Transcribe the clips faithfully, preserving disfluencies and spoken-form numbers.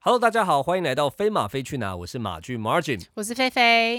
Hello， 大家好，欢迎来到飞马飞去哪，我是马俊 Margin， 我是菲菲。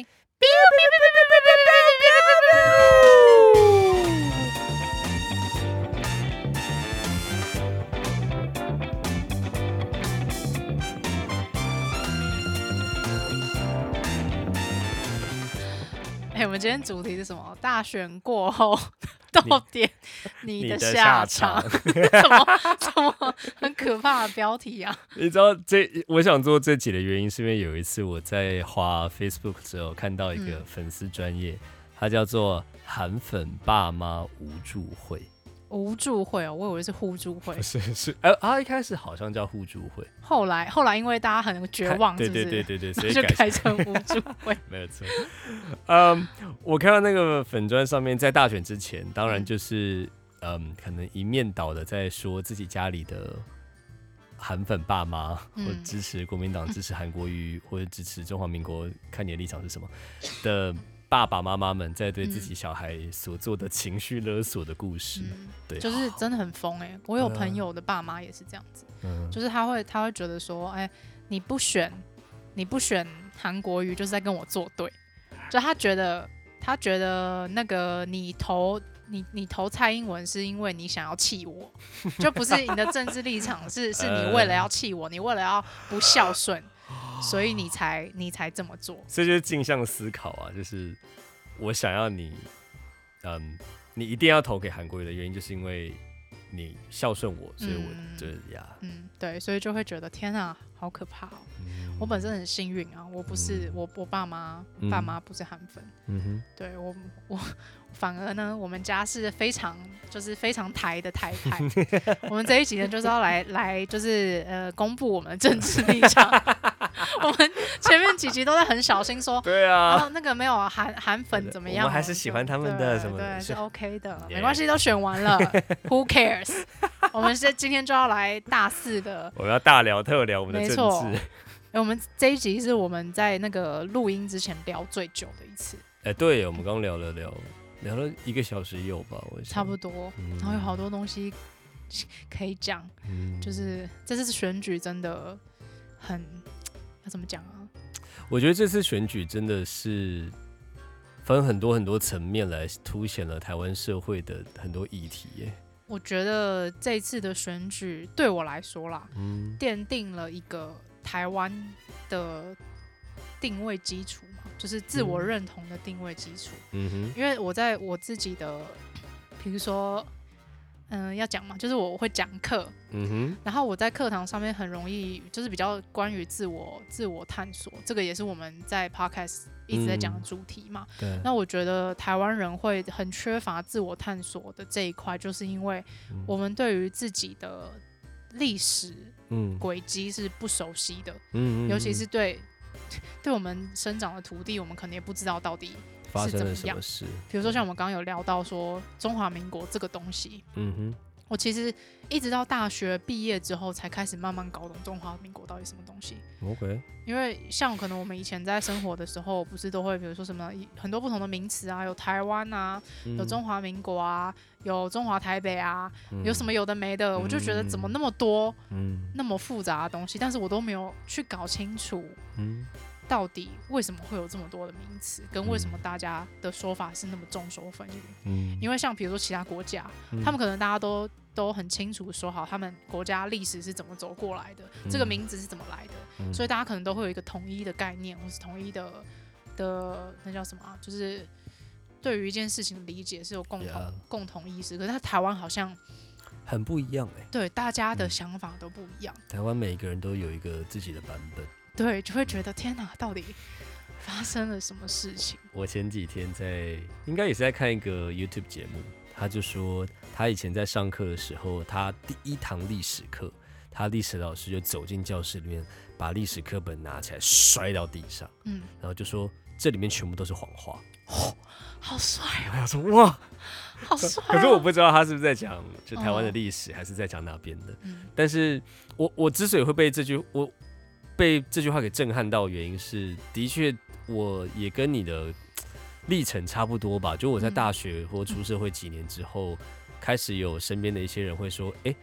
哎、欸，我们今天主题是什么？大选过后，到底你的下场？什么什么很可怕的标题啊！ 你知道这我想做这集的原因，是因为有一次我在滑 Facebook 之后看到一个粉丝专页，嗯、它叫做韩粉爸妈无助会。 无助会哦，我以为是互助会。 不是是，呃，啊，一开始好像叫互助会， 后来后来因为大家很绝望，是不是？ 对对对对对，所以就改成无助会。 没有错。嗯，我看到那个粉专上面，在大选之前，当然就是嗯，可能一面倒的在说自己家里的韩粉爸妈，嗯、或者支持国民党、支持韩国瑜，或者支持中华民国，看你的立场是什么的。爸爸妈妈们在对自己小孩所做的情绪勒索的故事，嗯、对， 就是真的很疯哎、欸！我有朋友的爸妈也是这样子，嗯、就是他会他会觉得说，哎、欸，你不选你不选韩国瑜，就是在跟我作对，就他觉得他觉得那个你投你你投蔡英文是因为你想要气我，就不是你的政治立场是是你为了要气我，你为了要不孝顺。所以你才你才这么做， 这就是镜像思考啊！就是我想要你，嗯，你一定要投给韩国瑜的原因，就是因为你孝顺我，所以我就呀， 嗯，对，所以就会觉得天啊，好可怕哦！嗯、我本身很幸运啊，我不是、嗯、我我爸妈、嗯、爸妈不是韩粉，嗯哼，对我我反而呢，我们家是非常就是非常台的台派。我们这一集呢，就是要来来就是呃公布我们的政治立场。我们前面几集都在很小心说， 对啊， 然后那个没有韩韩粉怎么样， 我们还是喜欢他们的什么的， 对，是 OK 的， yeah. 没关系，都选完了，Who cares？ 我们是今天就要来大肆的， 我们要大聊特聊我们的政治。 欸、我们这一集是我们在那个录音之前聊最久的一次。 哎、欸，对，我们刚聊了聊，聊了一个小时有吧？我差不多、嗯，然后有好多东西可以讲、嗯，就是这次选举真的很。要怎么讲啊？ 我觉得这次选举真的是分很多很多层面来凸显了台湾社会的很多议题耶。 我觉得这次的选举对我来说啦，嗯、奠定了一个台湾的定位基础嘛，就是自我认同的定位基础。嗯哼，因为我在我自己的，比如说。嗯，要讲嘛，就是我会讲课，嗯哼，然后我在课堂上面很容易，就是比较关于自我自我探索，这个也是我们在 podcast 一直在讲的主题嘛。嗯、对。那我觉得台湾人会很缺乏自我探索的这一块，就是因为我们对于自己的历史轨迹是不熟悉的，嗯，尤其是对对我们生长的土地，我们可能也不知道到底。 发生了什么事？ 比如说像我们刚刚有聊到说中华民国这个东西，嗯哼，我其实一直到大学毕业之后才开始慢慢搞懂中华民国到底什么东西。 OK， 因为像可能我们以前在生活的时候，不是都会比如说什么很多不同的名词啊，有台湾啊，有中华民国啊，有中华台北啊，嗯、有什么有的没的，嗯、我就觉得怎么那么多，嗯、那么复杂的东西，但是我都没有去搞清楚，嗯。到底为什么会有这么多的名词，跟为什么大家的说法是那么众说纷纭？嗯，因为像比如说其他国家，嗯、他们可能大家都都很清楚说好，他们国家历史是怎么走过来的，嗯、这个名字是怎么来的，嗯、所以大家可能都会有一个统一的概念，或是统一的的那叫什么、啊，就是对于一件事情的理解是有共同、yeah. 共同意识。可是在台湾好像很不一样哎、欸， 对，大家的想法都不一样。 嗯、台湾每个人都有一个自己的版本。 对，就会觉得天哪，到底发生了什么事情？ 我前几天在，应该也是在看一个 YouTube 节目，他就说他以前在上课的时候，他第一堂历史课，他历史老师就走进教室里面，把历史课本拿起来摔到地上，嗯，然后就说这里面全部都是谎话。 哦，好帅哦！ 我想说哇， 好帅、哦！ 可是我不知道他是不是在讲就台湾的历史，还是在讲哪边的。嗯、但是我我之所以会被这句我。被这句话给震撼到的原因是，的确我也跟你的历程差不多吧。就我在大学或出社会几年之后，嗯、开始有身边的一些人会说：“哎、欸，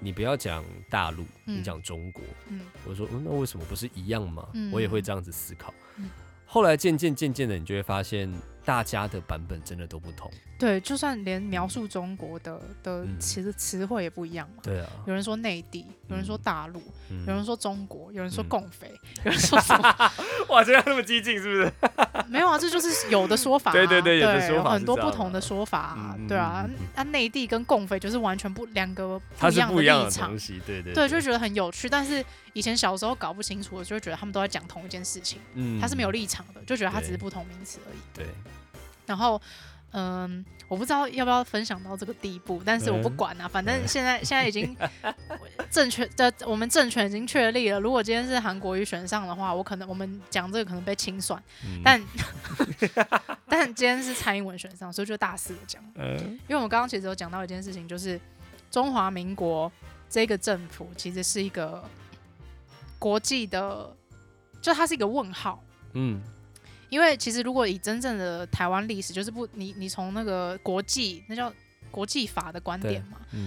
你不要讲大陆，嗯、你讲中国，嗯、我说、嗯、那为什么不是一样吗？嗯、我也会这样子思考。嗯、后来渐渐渐渐的，你就会发现大家的版本真的都不同。 对，就算连描述中国的的词词汇也不一样嘛。 对啊， 有人说内地，有人说大陆，嗯、有人说中国，有人说共匪，嗯、有人说什么？ 哇，这样那么激进是不是？ 没有啊，这就是有的说法、啊。 对对对，有的说法有很多不同的说法、啊。嗯、对啊，那内、嗯啊、地跟共匪就是完全不两个不一样的立场， 对 对, 对, 对，就觉得很有趣。但是以前小时候搞不清楚，就会觉得他们都在讲同一件事情，嗯，他是没有立场的，就觉得他只是不同名词而已。 对， 然后。嗯，我不知道要不要分享到这个地步，但是我不管啊，嗯、反正现在现在已经政权的我们政权已经确立了。如果今天是韩国瑜选上的话，我可能我们讲这个可能被清算，嗯、但但今天是蔡英文选上，所以就大肆的讲。嗯、因为我们刚刚其实有讲到一件事情，就是中华民国这个政府其实是一个国际的，就它是一个问号。嗯。因为其实如果以真正的台湾历史，就是不你你从那个国际那叫国际法的观点嘛，嗯，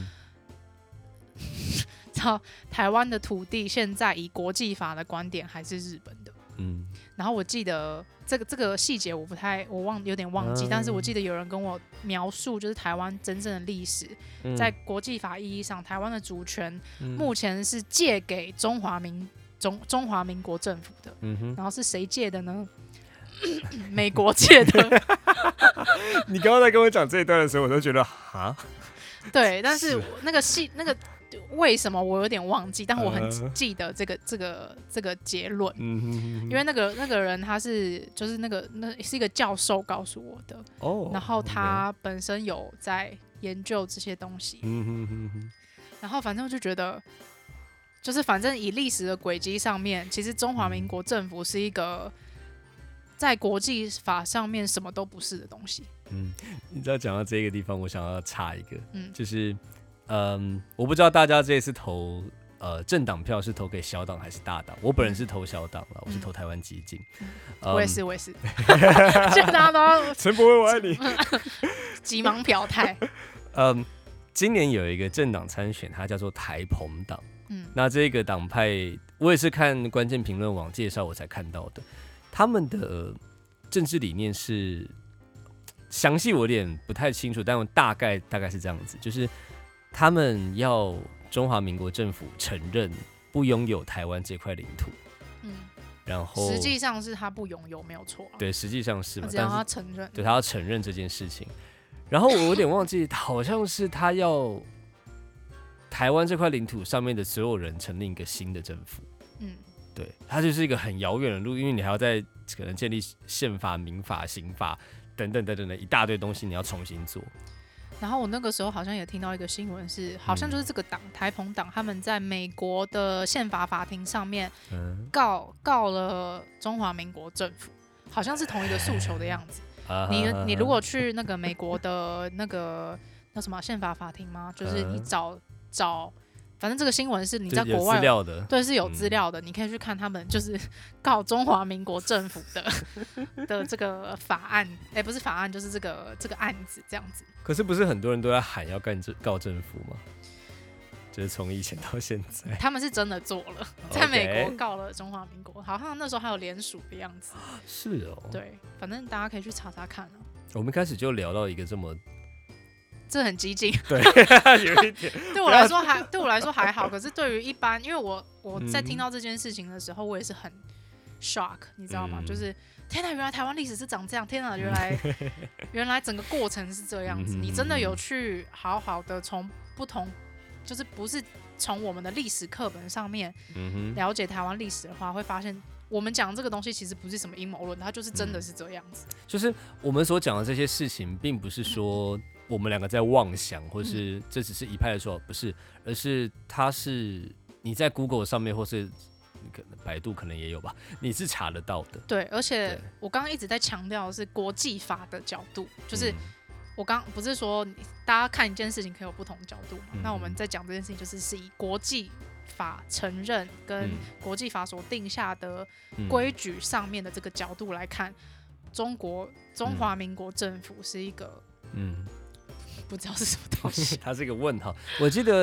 台湾的土地现在以国际法的观点还是日本的，嗯，然后我记得这个这个细节我不太我忘有点忘记，嗯、但是我记得有人跟我描述，就是台湾真正的历史，嗯、在国际法意义上，台湾的主权、嗯、目前是借给中华民中中华民国政府的，嗯、然后是谁借的呢？美国借的。 你刚刚在跟我讲这一段的时候，我都觉得哈， 对，但是那个戏那个为什么我有点忘记，但我很记得这个这个这个结论，因为那个那个人他是就是那个那是一个教授告诉我的，哦，然后他本身有在研究这些东西，然后反正我就觉得，就是反正以历史的轨迹上面，其实中华民国政府是一个。在国际法上面什么都不是的东西。 嗯，你知道讲到这个地方，我想要插一个，嗯，就是，嗯，我不知道大家这一次投呃政党票是投给小党还是大党？我本人是投小党了，嗯、我是投台湾基进、 嗯嗯。我也是，我也是。现在大家都要陈柏惟我爱你， 急忙表态。 嗯，今年有一个政党参选，它叫做台澎党。嗯，那这个党派，我也是看关键评论网介绍我才看到的。他们的政治理念是详细我有点不太清楚，但我大概大概是这样子，就是他们要中华民国政府承认不拥有台湾这块领土，嗯，然后实际上是他不拥有，没有错、啊， 对，实际上是嘛， 只要他承认， 对他要承认这件事情，然后我有点忘记，好像是他要台湾这块领土上面的所有人成立一个新的政府，嗯。对，它就是一个很遥远的路，因为你还要再可能建立宪法、民法、刑法等等等等的一大堆东西，你要重新做。 然后我那个时候好像也听到一个新闻是，好像就是这个党、嗯、台澎党他们在美国的宪法法庭上面告、嗯、告了中华民国政府，好像是同一个诉求的样子。啊、你你如果去那个美国的那个那什么宪法法庭吗？就是你找、嗯、找。反正这个新闻是你在国外有资料的， 对，是有资料的、嗯，你可以去看他们就是告中华民国政府的的这个法案，哎、欸，不是法案，就是这个这个案子这样子。 可是不是很多人都在喊要告政府吗？就是从以前到现在， 他们是真的做了，在美国告了中华民国，好像那时候还有联署的样子。 是哦， 对，反正大家可以去查查看啊。 我们开始就聊到一个这么。 这很激进， 对，有一点。 对我来说还对我来说还好，可是对于一般，因为我我在听到这件事情的时候，我也是很 shock， 你知道吗？嗯、就是天哪，原来台湾历史是长这样，天哪，原来原来整个过程是这样子。嗯、你真的有去好好的从不同，就是不是从我们的历史课本上面了解台湾历史的话，会发现。我们讲这个东西其实不是什么阴谋论，它就是真的是这样子、嗯。 就是我们所讲的这些事情，并不是说我们两个在妄想，或是这只是一派的说法，不是，而是它是你在 Google 上面，或是可能百度可能也有吧，你是查得到的。 对，而且我刚刚一直在强调的是国际法的角度，就是我刚不是说大家看一件事情可以有不同的角度嘛？嗯、那我们在讲这件事情，就是是以国际。法承认跟国际法所定下的规矩上面的这个角度来看，中国中华民国政府是一个嗯，不知道是什么东西， 它是一个问号。我记得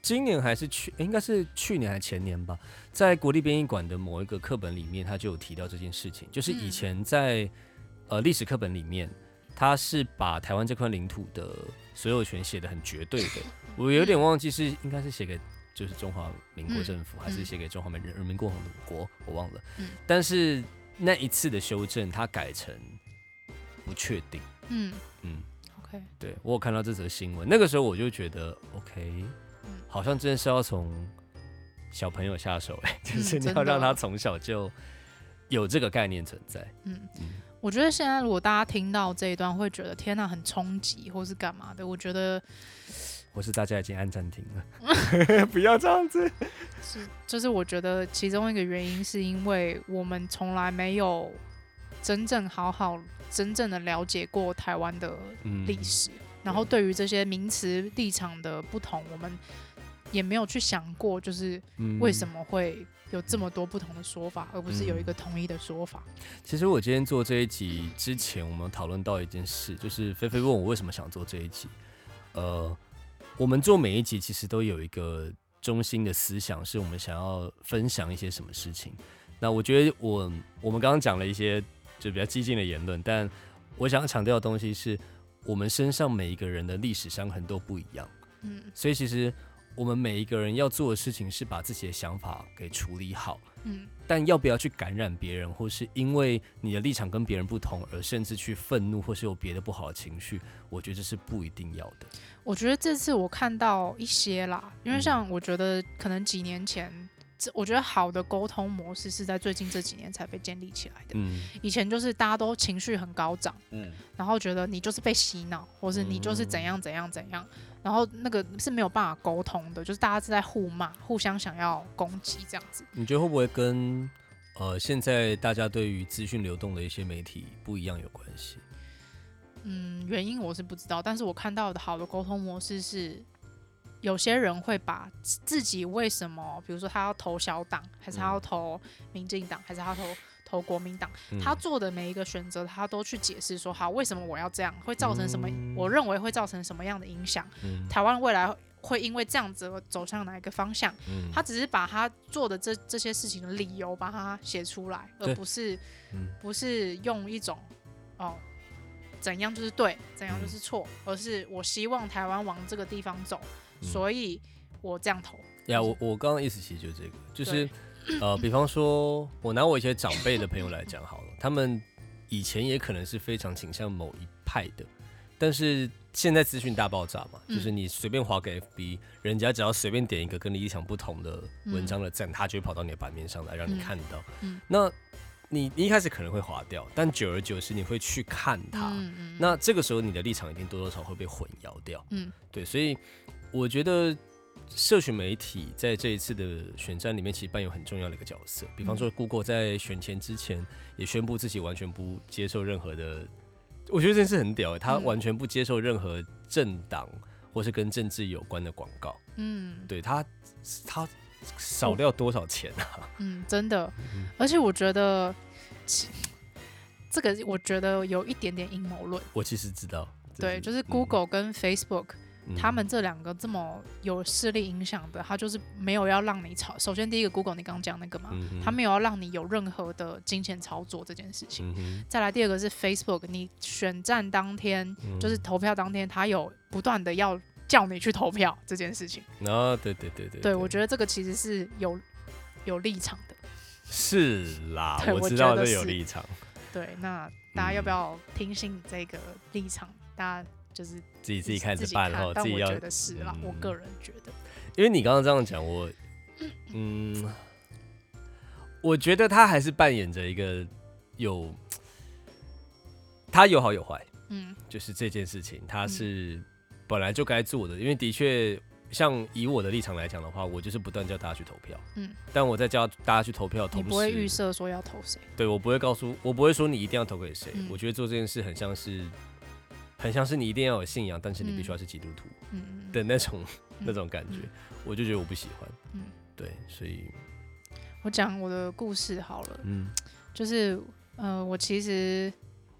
今年还是去，应该是去年还是前年吧，在国立编译馆的某一个课本里面，他就有提到这件事情，就是以前在、嗯、呃历史课本里面，他是把台湾这块领土的所有权写得很绝对的，我有点忘记是应该是写给就是中华民国政府，嗯、还是写给中华人民共和国，我忘了。嗯、但是那一次的修正，他改成不确定。嗯嗯 ，OK， 对我有看到这则新闻，那个时候我就觉得 OK。好像真的是要从小朋友下手、欸，就是你要让他从小就有这个概念存在。嗯嗯，我觉得现在如果大家听到这一段，会觉得天哪，很冲击，或是干嘛的？我觉得， 或是大家已经按暂停了，不要这样子。 是，就是我觉得其中一个原因是因为我们从来没有真正好好、真正的了解过台湾的历史。嗯，然后对于这些名词立场的不同，我们也没有去想过，就是为什么会有这么多不同的说法，嗯、而不是有一个统一的说法。 其实我今天做这一集之前，我们讨论到一件事，就是菲菲问我为什么想做这一集。呃，我们做每一集其实都有一个中心的思想，是我们想要分享一些什么事情。那我觉得我我们刚刚讲了一些就比较激进的言论，但我想要强调的东西是，我们身上每一个人的历史伤痕都不一样，嗯，所以其实我们每一个人要做的事情是把自己的想法给处理好，嗯，但要不要去感染别人，或是因为你的立场跟别人不同而甚至去愤怒，或是有别的不好的情绪，我觉得这是不一定要的。 我觉得这次我看到一些啦，因为像我觉得可能几年前。我觉得好的沟通模式是在最近这几年才被建立起来的。嗯，以前就是大家都情绪很高涨，嗯，然后觉得你就是被洗脑，或是你就是怎样怎样怎样，然后那个是没有办法沟通的，就是大家是在互骂，互相想要攻击这样子。 你觉得会不会跟呃现在大家对于资讯流动的一些媒体不一样有关系？ 嗯，原因我是不知道，但是我看到的好的沟通模式是。有些人会把自己为什么，比如说他要投小党，还是他要投民进党，还是他要投投国民党，嗯、他做的每一个选择，他都去解释说，好，为什么我要这样，会造成什么？嗯、我认为会造成什么样的影响？嗯、台湾未来会因为这样子而走向哪一个方向？嗯、他只是把他做的这这些事情的理由把它写出来，而不是、嗯、不是用一种哦。怎样就是对，怎样就是错，嗯、而是我希望台湾往这个地方走，嗯、所以我这样投。 呀、yeah, ，我我刚刚意思其实就是这个，就是呃，比方说，我拿我一些长辈的朋友来讲好了，他们以前也可能是非常倾向某一派的，但是现在资讯大爆炸嘛，嗯、就是你随便滑个 F B， 人家只要随便点一个跟你立场不同的文章的赞，嗯、他就会跑到你的版面上来让你看到。嗯嗯、那你, 你一开始可能会滑掉，但久而久之你会去看它，嗯嗯、那这个时候你的立场一定多多少少会被混淆掉。嗯，对，所以我觉得社群媒体在这一次的选战里面其实扮演很重要的一个角色。比方说 Google 在选前之前也宣布自己完全不接受任何的，我觉得这件事很屌，他完全不接受任何政党或是跟政治有关的广告。嗯，对他他。少掉多少钱啊？ 嗯，真的，而且我觉得这个，我觉得有一点点阴谋论。 我其实知道， 对，就是 Google 跟 Facebook，嗯、他们这两个这么有势力影响的，他就是没有要让你炒。首先，第一个 Google 你刚刚讲那个嘛，嗯、他没有要让你有任何的金钱操作这件事情。嗯、再来，第二个是 Facebook， 你选战当天，嗯、就是投票当天，他有不断的要。叫你去投票这件事情， 哦，对对对 对, 对，我觉得这个其实是有有立场的， 是啦，我知道这有立场。 对，那大家要不要听信这个立场？嗯、大家就是自己自己看着办，然后自己要。 但我觉得是啦，嗯、我个人觉得， 因为你刚刚这样讲，我，嗯，我觉得他还是扮演着一个有，他有好有坏，嗯，就是这件事情，他是。嗯本来就该做的，因为的确，像以我的立场来讲的话，我就是不断叫大家去投票。嗯，但我在叫大家去投票，同时你不会预设说要投谁？ 对，我不会告诉，我不会说你一定要投给谁。嗯、我觉得做这件事很像是，很像是你一定要有信仰，但是你必须要是基督徒的那种、嗯、那种感觉，嗯、我就觉得我不喜欢。嗯，对，所以我讲我的故事好了。嗯，就是呃，我其实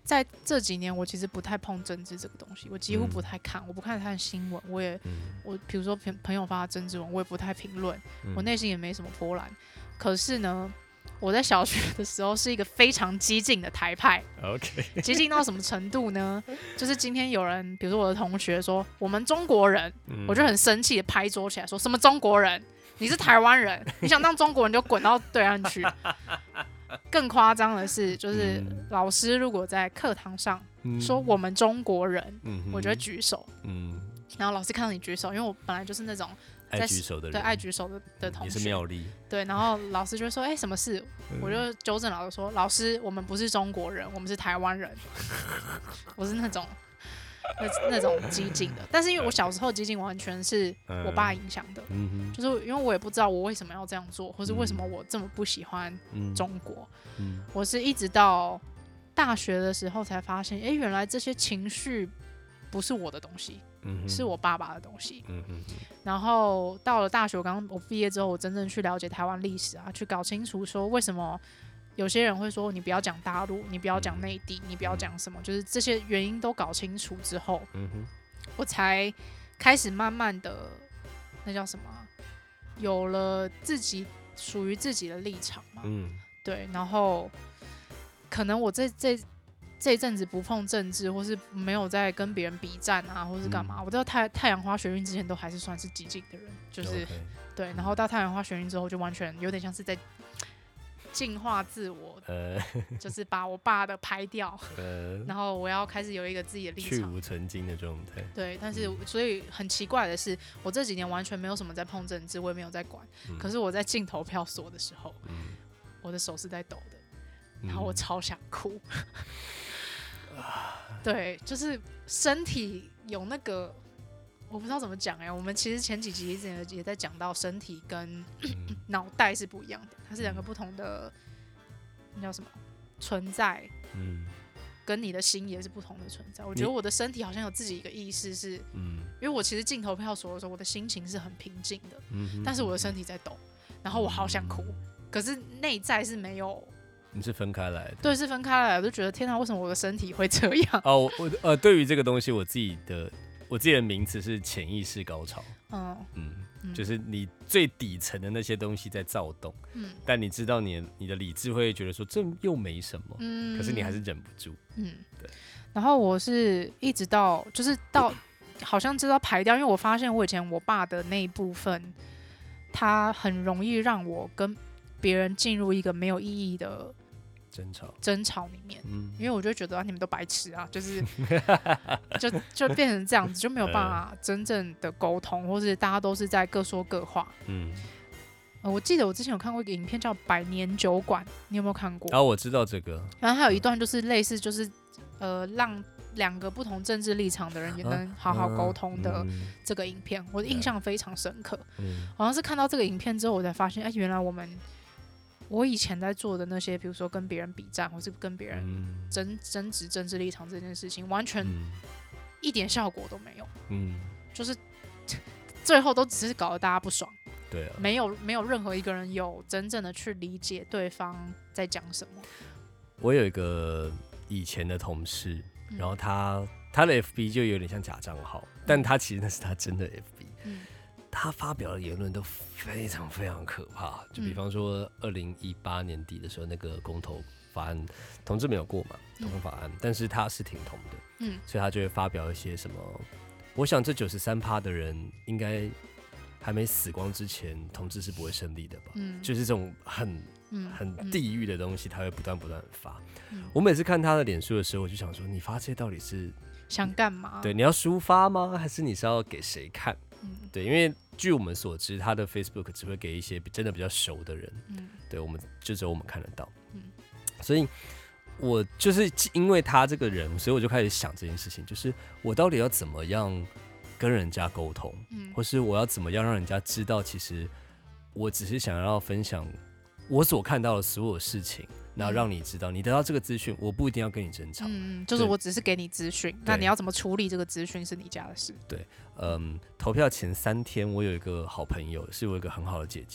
在这几年，我其实不太碰政治这个东西，我几乎不太看，嗯、我不看他的新闻，我也，嗯、我比如说朋朋友发的政治文，我也不太评论，嗯、我内心也没什么波澜。可是呢，我在小学的时候是一个非常激进的台派 ，OK， 激进到什么程度呢？就是今天有人，比如说我的同学说我们中国人，嗯、我就很生气的拍桌起来说，什么中国人？你是台湾人，你想当中国人就滚到对岸去。更夸张的是，就是老师如果在课堂上说我们中国人，嗯、我就会举手。嗯、然后老师看到你举手，因为我本来就是那种在爱举手的人， 对爱举手 的, 的同学， 也是妙丽。 对，然后老师就会说：“哎、欸，什么事？”我就纠正老师说：“老师，我们不是中国人，我们是台湾人。”我是那种。那, 那种激进的，但是因为我小时候激进完全是我爸影响的，嗯、就是因为我也不知道我为什么要这样做，或是为什么我这么不喜欢中国。嗯、我是一直到大学的时候才发现，哎、欸，原来这些情绪不是我的东西，嗯、是我爸爸的东西。嗯、然后到了大学，我刚我毕业之后，我真正去了解台湾历史啊，去搞清楚说为什么。有些人会说你不要讲大陆，你不要讲内地，你不要讲什么，就是这些原因都搞清楚之后，嗯、我才开始慢慢的那叫什么，有了自己属于自己的立场嘛。嗯、对，然后可能我这这这一阵子不碰政治，或是没有在跟别人比战啊，或是干嘛。嗯、我到太太阳花学运之前都还是算是激进的人，就是、okay. 对，然后到太阳花学运之后，就完全有点像是在。净化自我，呃，就是把我爸的排掉，呃，然后我要开始有一个自己的立场， 去无存菁的状态。 对，但是、嗯、所以很奇怪的是，我这几年完全没有什么在碰政治，我也没有在管。嗯、可是我在进投票所的时候，嗯、我的手是在抖的，然后我超想哭。嗯、对，就是身体有那个。我不知道怎么讲哎、欸，我们其实前几集一直也在讲到身体跟脑袋是不一样的，它是两个不同的，那叫什么存在，嗯，跟你的心也是不同的存在。我觉得我的身体好像有自己一个意识是，嗯，因为我其实进投票所的时候，我的心情是很平静的，嗯，但是我的身体在抖，然后我好想哭，可是内在是没有。 你是分开来的？ 对，是分开来的，我就觉得天哪，为什么我的身体会这样？ 哦，我呃，对于这个东西，我自己的。我自己的名词是潜意识高潮，嗯嗯，就是你最底层的那些东西在躁动，嗯，但你知道你的你的理智会觉得说这又没什么，嗯，可是你还是忍不住，嗯，对。 然后我是一直到就是到好像知道排掉，因为我发现我以前我爸的那一部分，他很容易让我跟别人进入一个没有意义的。 争吵， 争吵里面，嗯、因为我就觉得、啊、你们都白痴啊，就是就就变成这样子，就没有办法真正的沟通，或是大家都是在各说各话。嗯、呃，我记得我之前有看过一个影片叫《百年酒馆》，你有没有看过？ 啊，我知道这个。 然后还有一段就是类似，就是呃，让两个不同政治立场的人也能好好沟通的这个影片，我的印象非常深刻。嗯、好像是看到这个影片之后，我才发现，哎，原来我们。我以前在做的那些，比如说跟别人比战，或是跟别人争争执政治立场这件事情，完全一点效果都没有。嗯，就是最后都只是搞得大家不爽。 对啊， 没有没有任何一个人有真正的去理解对方在讲什么。 我有一个以前的同事，然后他他的 F B 就有点像假账号，但他其实那是他真的 F B。嗯。他发表的言论都非常非常可怕，就比方说二零一八年底的时候，那个公投法案，同志没有过嘛，同婚法案，嗯、但是他是挺同的，嗯，所以他就会发表一些什么，我想这九十三趴的人应该还没死光之前，同志是不会胜利的吧，嗯，就是这种很很地狱的东西，他会不断不断的发。嗯、我每次看他的脸书的时候，我就想说，你发这些到底是想干嘛？ 对，你要抒发吗？还是你是要给谁看？嗯、对，因为据我们所知，他的 Facebook 只会给一些真的比较熟的人，嗯、对，我们就只有我们看得到，嗯、所以我就是因为他这个人，所以我就开始想这件事情，就是我到底要怎么样跟人家沟通，嗯、或是我要怎么样让人家知道，其实我只是想要分享我所看到的所有事情。然后让你知道，你得到这个资讯，我不一定要跟你争吵， 嗯，就是我只是给你资讯，那你要怎么处理这个资讯是你家的事。 对，嗯，投票前三天，我有一个好朋友，是我一个很好的姐姐，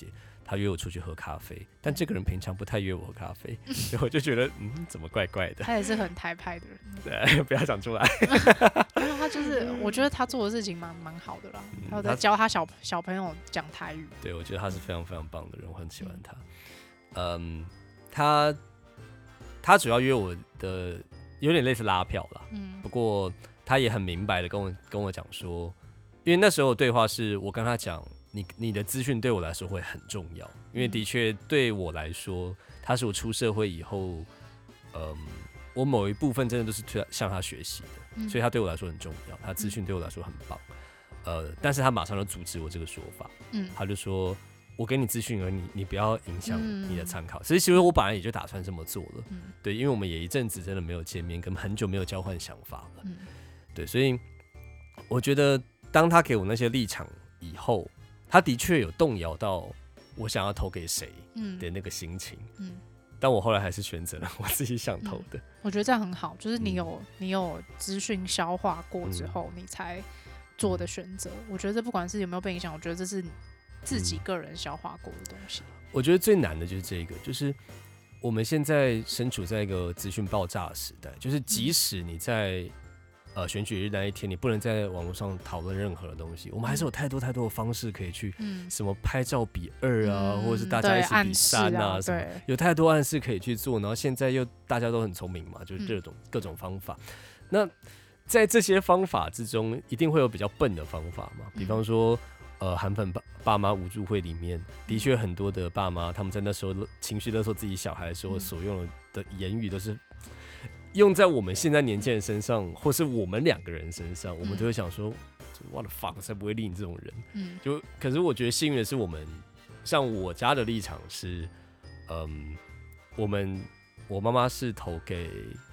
他约我出去喝咖啡，但这个人平常不太约我喝咖啡，所以我就觉得嗯，怎么怪怪的。 他也是很台派的人， 对，不要讲出来。 因为他就是，我觉得他做的事情蛮蛮好的啦，嗯、他有在教他小小朋友讲台语。 对，我觉得他是非常非常棒的人，我很喜欢他。嗯，嗯他他主要约我的有点类似拉票啦，嗯，不过他也很明白的跟我跟我讲说，因为那时候的对话是我跟他讲。你, 你的资讯对我来说会很重要，因为的确对我来说，他是我出社会以后，嗯，我某一部分真的都是向他学习的，嗯、所以他对我来说很重要，他资讯对我来说很棒，呃，但是他马上就阻止我这个说法，嗯，他就说我给你资讯而你你不要影响你的参考，所以其实我本来也就打算这么做了，嗯、对，因为我们也一阵子真的没有见面，跟很久没有交换想法了，嗯、对，所以我觉得当他给我那些立场以后。他的确有动摇到我想要投给谁的那个心情，嗯嗯、但我后来还是选择了我自己想投的。嗯、 我觉得这样很好，就是你有、嗯、你有资讯消化过之后，嗯、你才做的选择。我觉得不管是有没有被影响，我觉得这是自己个人消化过的东西。嗯、 我觉得最难的就是这个，就是我们现在身处在一个资讯爆炸的时代，就是即使你在。嗯呃，选举日那一天，你不能在网络上讨论任何的东西。我们还是有太多太多的方式可以去，嗯、什么拍照比二啊，嗯、或者是大家一起比三啊，什么，有太多暗示可以去做。然后现在又大家都很聪明嘛，就是各种、嗯、各种方法。那在这些方法之中，一定会有比较笨的方法嘛。比方说，呃，韩粉爸爸妈无助会里面，的确很多的爸妈他们在那时候情绪勒索自己小孩的时候，所用的言语都是。用在我们现在年轻人身上，或是我们两个人身上，我们就会想说 ，what the fuck， 才不会理你这种人。嗯，就可是我觉得幸运的是，我们像我家的立场是，嗯，我们我妈妈是投给，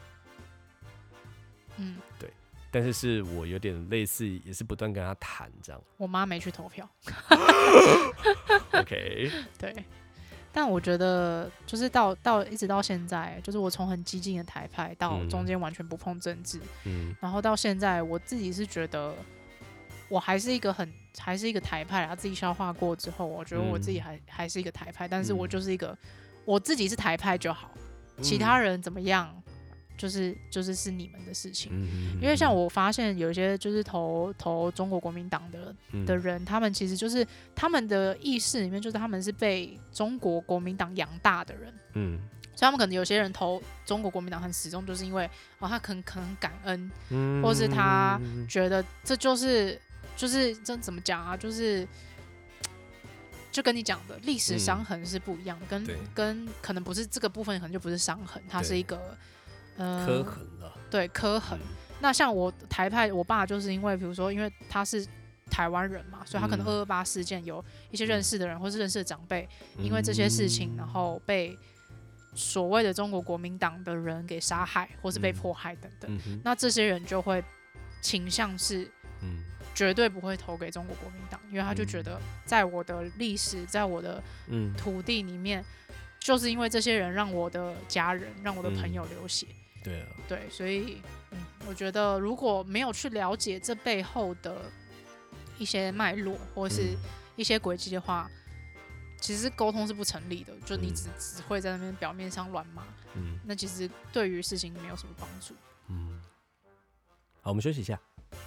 嗯，对，但是是我有点类似，也是不断跟她谈这样。 我妈没去投票。 OK， 对。但我觉得，就是到到一直到现在，就是我从很激进的台派到中间完全不碰政治，嗯、然后到现在，我自己是觉得，我还是一个很还是一个台派啊。自己消化过之后，我觉得我自己还、嗯、还是一个台派，但是我就是一个、嗯、我自己是台派就好，其他人怎么样？就是就是是你们的事情，嗯、因为像我发现有一些就是投投中国国民党的、嗯、的人，他们其实就是他们的意识里面就是他们是被中国国民党养大的人，嗯，所以他们可能有些人投中国国民党很始终就是因为哦他可能可能感恩，嗯、或是他觉得这就是就是这怎么讲啊，就是就跟你讲的历史伤痕是不一样的，嗯、跟跟可能不是这个部分可能就不是伤痕，它是一个。 呃，刻痕了， 对，刻痕。嗯、那像我台派，我爸就是因为，比如说，因为他是台湾人嘛，所以他可能二二八事件有一些认识的人，嗯、或是认识的长辈，因为这些事情，然后被所谓的中国国民党的人给杀害，或是被迫害等等。嗯、那这些人就会倾向是，嗯、绝对不会投给中国国民党，因为他就觉得，在我的历史，在我的土地里面，嗯、就是因为这些人让我的家人、让我的朋友流血。嗯对啊， 对，所以，嗯，我觉得如果没有去了解这背后的一些脉络或是一些轨迹的话，嗯、其实沟通是不成立的。就你只、嗯、只会在那边表面上乱骂，嗯，那其实对于事情没有什么帮助。 嗯，好，我们休息一下。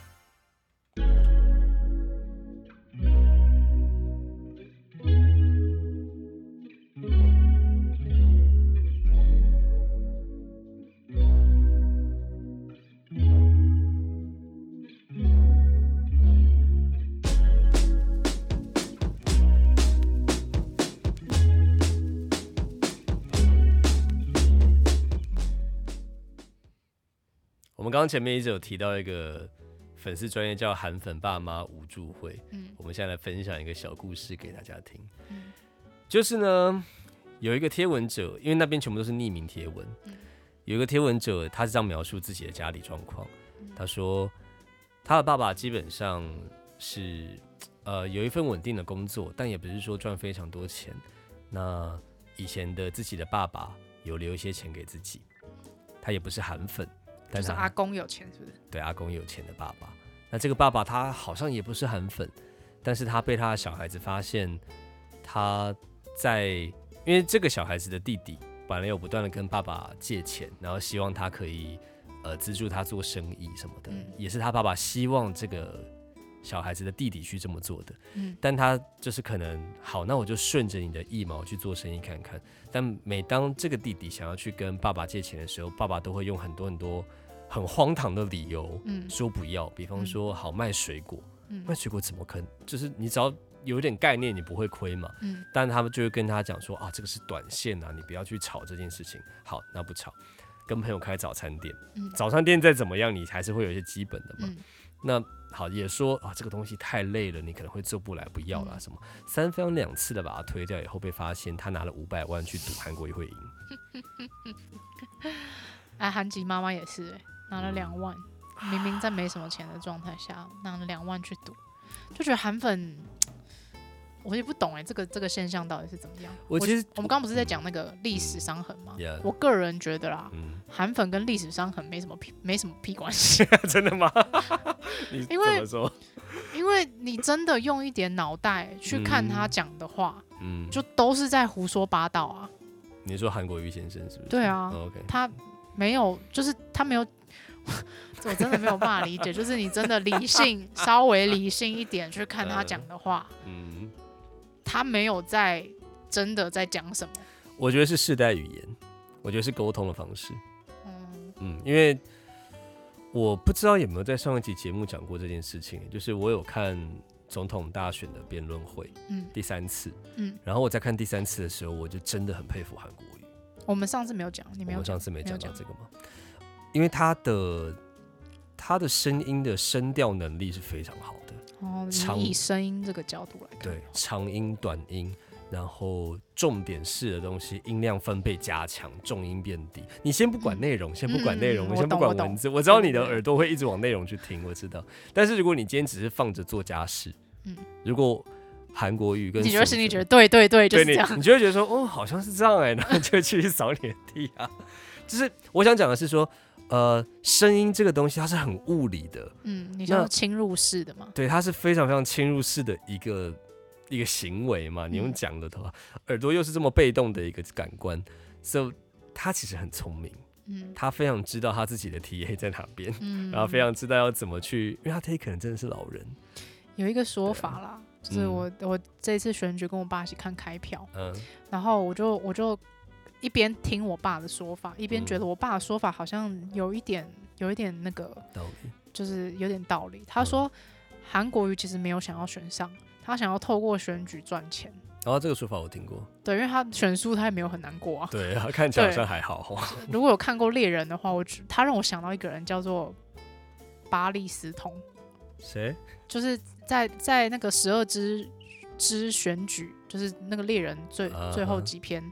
我们刚刚前面一直有提到一个粉丝专页叫韩粉爸妈无助会，嗯，我们现在来分享一个小故事给大家听。嗯、就是呢，有一个贴文者，因为那边全部都是匿名贴文，嗯、有一个贴文者他是这样描述自己的家里状况，嗯、他说他的爸爸基本上是呃有一份稳定的工作，但也不是说赚非常多钱。那以前的自己的爸爸有留一些钱给自己，他也不是韩粉。 但是阿公有钱是不是？ 对，阿公有钱的爸爸。那这个爸爸他好像也不是韩粉，但是他被他的小孩子发现，他在因为这个小孩子的弟弟本来有不断的跟爸爸借钱，然后希望他可以呃资助他做生意什么的，嗯、也是他爸爸希望这个小孩子的弟弟去这么做的。嗯、但他就是可能好，那我就顺着你的意嘛，我去做生意看看。但每当这个弟弟想要去跟爸爸借钱的时候，爸爸都会用很多很多很荒唐的理由、嗯、说不要，比方说好卖水果，嗯、卖水果怎么可能？就是你只要有点概念，你不会亏嘛。嗯，但他们就会跟他讲说啊，这个是短线啊，你不要去炒这件事情。好，那不炒。跟朋友开早餐店，嗯、早餐店再怎么样，你还是会有一些基本的嘛。嗯、那好，也说啊，这个东西太累了，你可能会做不来，不要啦、嗯、什么。三番两次的把它推掉以后，被发现他拿了五百万去赌韩国瑜会赢。 哎，韩吉妈妈也是、欸，拿了两万，嗯、明明在没什么钱的状态下，拿了两万去赌，就觉得韩粉。我也不懂哎、欸，这个这个现象到底是怎么样？ 我其实我们刚刚不是在讲那个历史伤痕吗？ 嗯、 我个人觉得啦，韩、嗯、粉跟历史伤痕没什么屁没什么屁关系。 真的吗？你怎么说？ 因为你真的用一点脑袋去看他讲的话，嗯，就都是在胡说八道啊。 你说韩国瑜先生是不是？ 对啊、oh, ，OK， 他没有，就是他没有。我真的没有办法理解，就是你真的理性稍微理性一点去看他讲的话，嗯。他没有在真的在讲什么， 我觉得是世代语言，我觉得是沟通的方式。嗯嗯，因为我不知道有没有在上一集节目讲过这件事情，就是我有看总统大选的辩论会，嗯，第三次，嗯，然后我在看第三次的时候，我就真的很佩服韩国瑜。 我们上次没有讲，你没有讲， 我们上次没讲到这个吗？因为他的他的声音的声调能力是非常好的。 哦，你以声音这个角度来看， 对，长音、短音，然后重点式的东西，音量分贝加强，重音变低。你先不管内容，嗯、先不管内容，嗯、先不管文字，我, 我知道你的耳朵会一直往内容去听，我知道。但是如果你今天只是放着做家事，嗯，如果韩国瑜跟你觉得心里觉得对对对，就是这样， 你, 你就会觉得说，哦，好像是这样哎、欸，然后就去扫你的地啊。就是我想讲的是说。呃，声音这个东西它是很物理的， 嗯，你说侵入式的嘛？ 对，它是非常非常侵入式的一个一个行为嘛。你用讲的话，嗯、耳朵又是这么被动的一个感官，所以他其实很聪明，嗯，他非常知道他自己的 T A 在哪边，嗯，然后非常知道要怎么去，因为他 T A 可能真的是老人。 有一个说法啦，就是我、嗯、我这一次选举跟我爸一起看开票，嗯，然后我就我就。一边听我爸的说法，一边觉得我爸的说法好像有一点，有一点那个道理， 就是有点道理。他说韩国瑜其实没有想要选上，他想要透过选举赚钱。 然后这个说法我听过， 对，因为他选输他也没有很难过啊。 对，他看起来好像还好。 如果有看过猎人的话，我他让我想到一个人叫做巴利斯通。 谁？ 就是在在那个十二支。之选举就是那个猎人最、uh-huh. 最后几篇，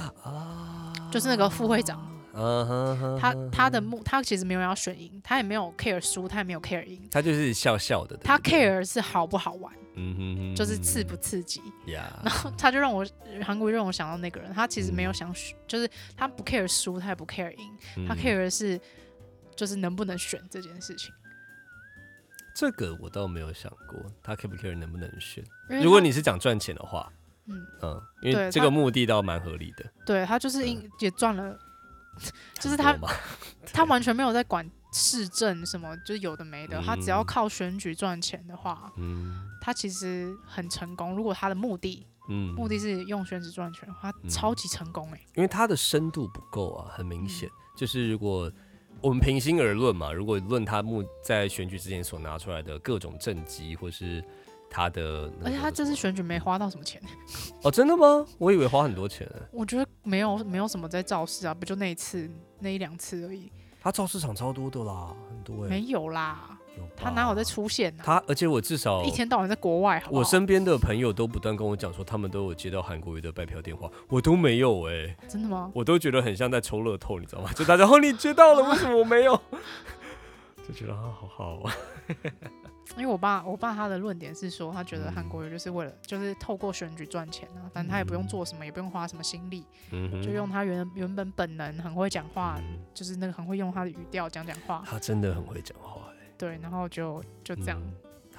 uh-huh. 就是那个副会长， uh-huh. 他他的目他其实没有要选赢，他也没有 care 输，他也没有 care 赢， 他就是笑笑的， 他 care 是好不好玩， 嗯哼哼， 就是刺不刺激， yeah. 然后他就让我韩国瑜让我想到那个人，他其实没有想选，嗯、就是他不 care 输，他也不 care 赢，嗯、他 care 的是就是能不能选这件事情。 这个我倒没有想过，他 care 不 care 能不能选？如果你是讲赚钱的话，嗯嗯，因为这个目的倒蛮合理的。 对，他就是也赚了，就是他他完全没有在管市政什么，就是有的没的，嗯、他只要靠选举赚钱的话，嗯，他其实很成功。如果他的目的，嗯，目的是用选举赚钱的话，他超级成功哎、欸。 因为他的深度不够啊，很明显，嗯、就是如果。我们平心而论嘛，如果论他目在选举之前所拿出来的各种政绩，或是他的， 而且他这次选举没花到什么钱。 哦，真的吗？我以为花很多钱。 我觉得没有，没有什么在造势啊，不就那一次、那一两次而已。 他造市场超多的啦，很多哎、欸。 没有啦，有他哪有在出现啊？ 他而且我至少一天到晚在国外好不好， 我身边的朋友都不断跟我讲说，他们都有接到韩国瑜的拜票电话，我都没有哎、欸。 真的吗？ 我都觉得很像在抽乐透，你知道吗？就大家哦，你接到了，为什么我没有？就觉得啊，好好啊。 因为我爸，我爸他的论点是说，他觉得韩国瑜就是为了，就是透过选举赚钱啊，但他也不用做什么，也不用花什么心力，嗯、就用他原原本本能，很会讲话，嗯、就是那个很会用他的语调讲讲话。 他真的很会讲话、欸， 对，然后就就这样。 嗯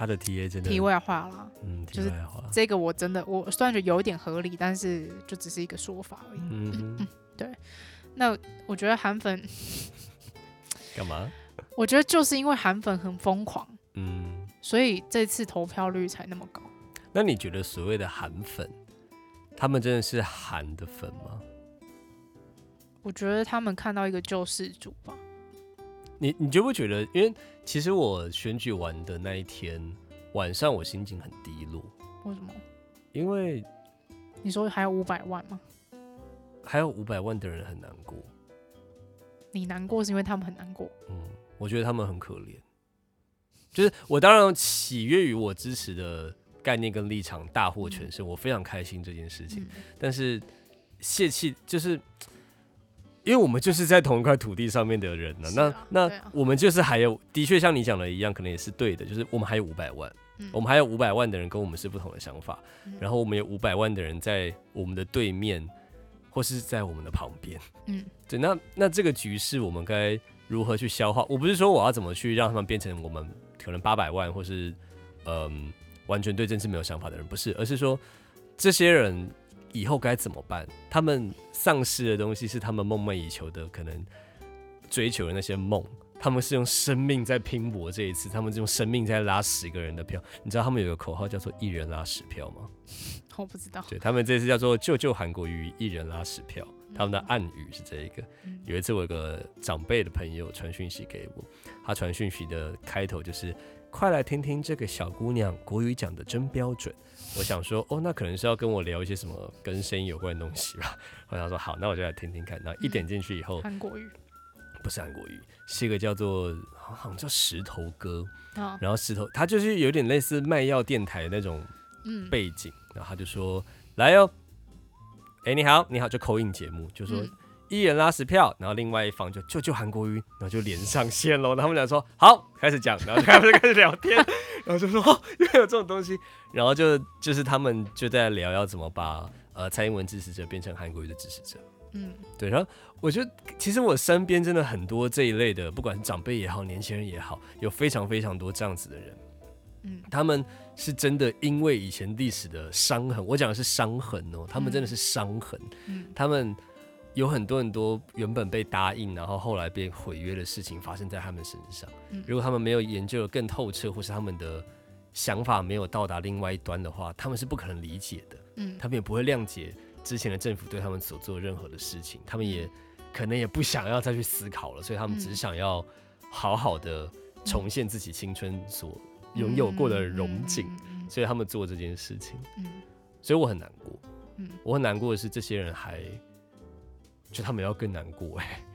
他的 T A 真的题外话啦， 嗯， 就是题外话这个我真的我虽然觉得有一点合理，但是就只是一个说法而已。 嗯嗯嗯，对。那我觉得韩粉干嘛？ 我觉得就是因为韩粉很疯狂， 嗯， 所以这次投票率才那么高。 那你觉得所谓的韩粉，他们真的是韩的粉吗？ 我觉得他们看到一个救世主吧。 你你觉不觉得？因为其实我选举完的那一天晚上，我心情很低落。 为什么？ 因为你说还有五百万吗？ 还有五百万的人很难过。 你难过是因为他们很难过。 嗯，我觉得他们很可怜。就是我当然喜悦于我支持的概念跟立场大获全胜，嗯、我非常开心这件事情。嗯、但是泄气就是。因为我们就是在同一块土地上面的人呢、啊， 啊、 那那、 啊、 我们就是还有，的确像你讲的一样，可能也是对的，就是我们还有五百万、嗯，我们还有五百万的人跟我们是不同的想法，嗯、然后我们有五百万的人在我们的对面，或是在我们的旁边，嗯，对，那那这个局势我们该如何去消化？我不是说我要怎么去让他们变成我们可能八百万，或是嗯完全对政治没有想法的人，不是，而是说这些人。以后该怎么办？他们丧失的东西是他们梦寐以求的，可能追求的那些梦。他们是用生命在拼搏这一次，他们是用生命在拉十个人的票。你知道他们有个口号叫做“一人拉十票”吗？ 我不知道。 对，他们这次叫做“救救韩国瑜，一人拉十票”。他们的暗语是这一个。有一次我有个长辈的朋友传讯息给我，他传讯息的开头就是“快来听听这个小姑娘国语讲的真标准”。我想说，哦，那可能是要跟我聊一些什么跟声音有关的东西吧。我想说，好，那我就来听听看。然后一点进去以后， 韩国语不是韩国语，是一个叫做好像叫石头歌。 哦、 然后石头，它就是有点类似卖药电台的那种背景。嗯、然后他就说：“来哟、哦，哎、欸，你好，你好，就口音节目，就说。嗯一人拉十票，然后另外一方就救救韩国瑜，然后就连上线喽。他们俩说好，开始讲，然后他们就开始聊天，然后就说哦，原来有这种东西，然后就就是他们就在聊要怎么把呃蔡英文支持者变成韩国瑜的支持者。嗯，对。然后我觉得其实我身边真的很多这一类的，不管是长辈也好，年轻人也好，有非常非常多这样子的人。嗯，他们是真的因为以前历史的伤痕，我讲的是伤痕哦，他们真的是伤痕。嗯，他们。有很多很多原本被答应，然后后来被毁约的事情发生在他们身上。嗯、如果他们没有研究得更透彻，或是他们的想法没有到达另外一端的话，他们是不可能理解的。嗯、他们也不会谅解之前的政府对他们所做的任何的事情，他们也可能也不想要再去思考了，所以他们只想要好好的重现自己青春所拥有过的荣景，所以他们做这件事情。嗯、所以我很难过。嗯、我很难过的是，这些人还。就他们要更难过哎、欸，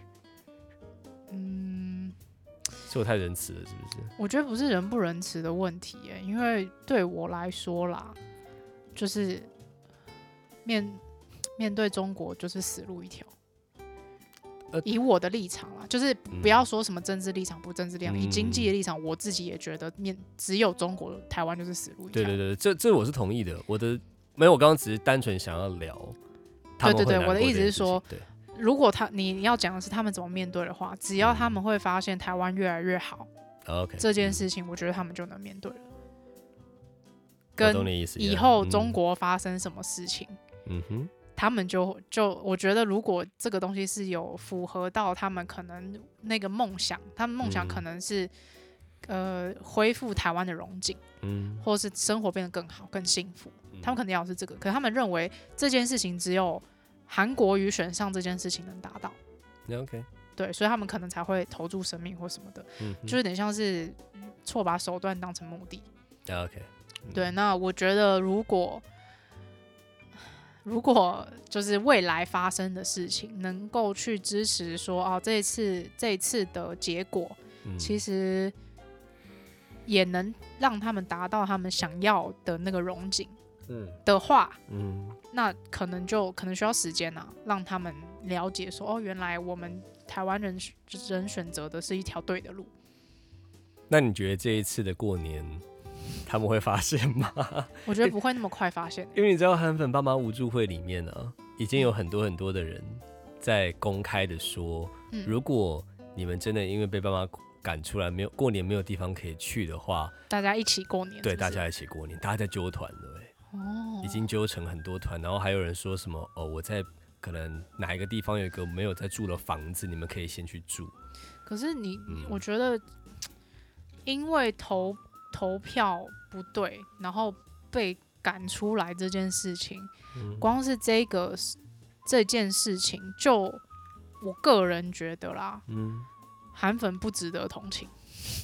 嗯，是我太仁慈了，是不是？ 我觉得不是仁不仁慈的问题哎、欸，因为对我来说啦，就是面面对中国就是死路一条。呃、以我的立场啦，就是不要说什么政治立场不政治立场，嗯、以经济的立场，我自己也觉得面只有中国台湾就是死路一条。 对对对，这这我是同意的。我的没有，我刚刚只是单纯想要聊。 对对对，我的意思是说。如果他你要讲的是他们怎么面对的话，只要他们会发现台湾越来越好，嗯、这件事情，我觉得他们就能面对了。跟以后中国发生什么事情，嗯哼，他们就就我觉得，如果这个东西是有符合到他们可能那个梦想，他们梦想可能是、嗯、呃恢复台湾的荣景，嗯，或是生活变得更好、更幸福，嗯、他们可能要的是这个，可是他们认为这件事情只有。韩国瑜选上这件事情能达到 ，OK， 对，所以他们可能才会投注生命或什么的，嗯、就有点像是错把手段当成目的 ，OK，嗯、 对。那我觉得如果如果就是未来发生的事情，能够去支持说哦，这一次这一次的结果，嗯、其实也能让他们达到他们想要的那个荣景。嗯、的话，嗯，那可能就可能需要时间啊，让他们了解说，哦，原来我们台湾人人选择的是一条对的路。 那你觉得这一次的过年，他们会发现吗？ 我觉得不会那么快发现、欸， 因为你知道韩粉爸妈无助会里面呢、啊，已经有很多很多的人在公开的说，嗯、如果你们真的因为被爸妈赶出来，没有过年没有地方可以去的话， 大家一起过年是不是， 对，大家一起过年，大家在揪团的、欸， 哦， 已经揪成很多团，然后还有人说什么哦，我在可能哪一个地方有一个没有在住的房子，你们可以先去住。 可是你， 嗯、 我觉得因为投投票不对，然后被赶出来这件事情，嗯、光是这个这件事情，就我个人觉得啦，嗯，韩粉不值得同情。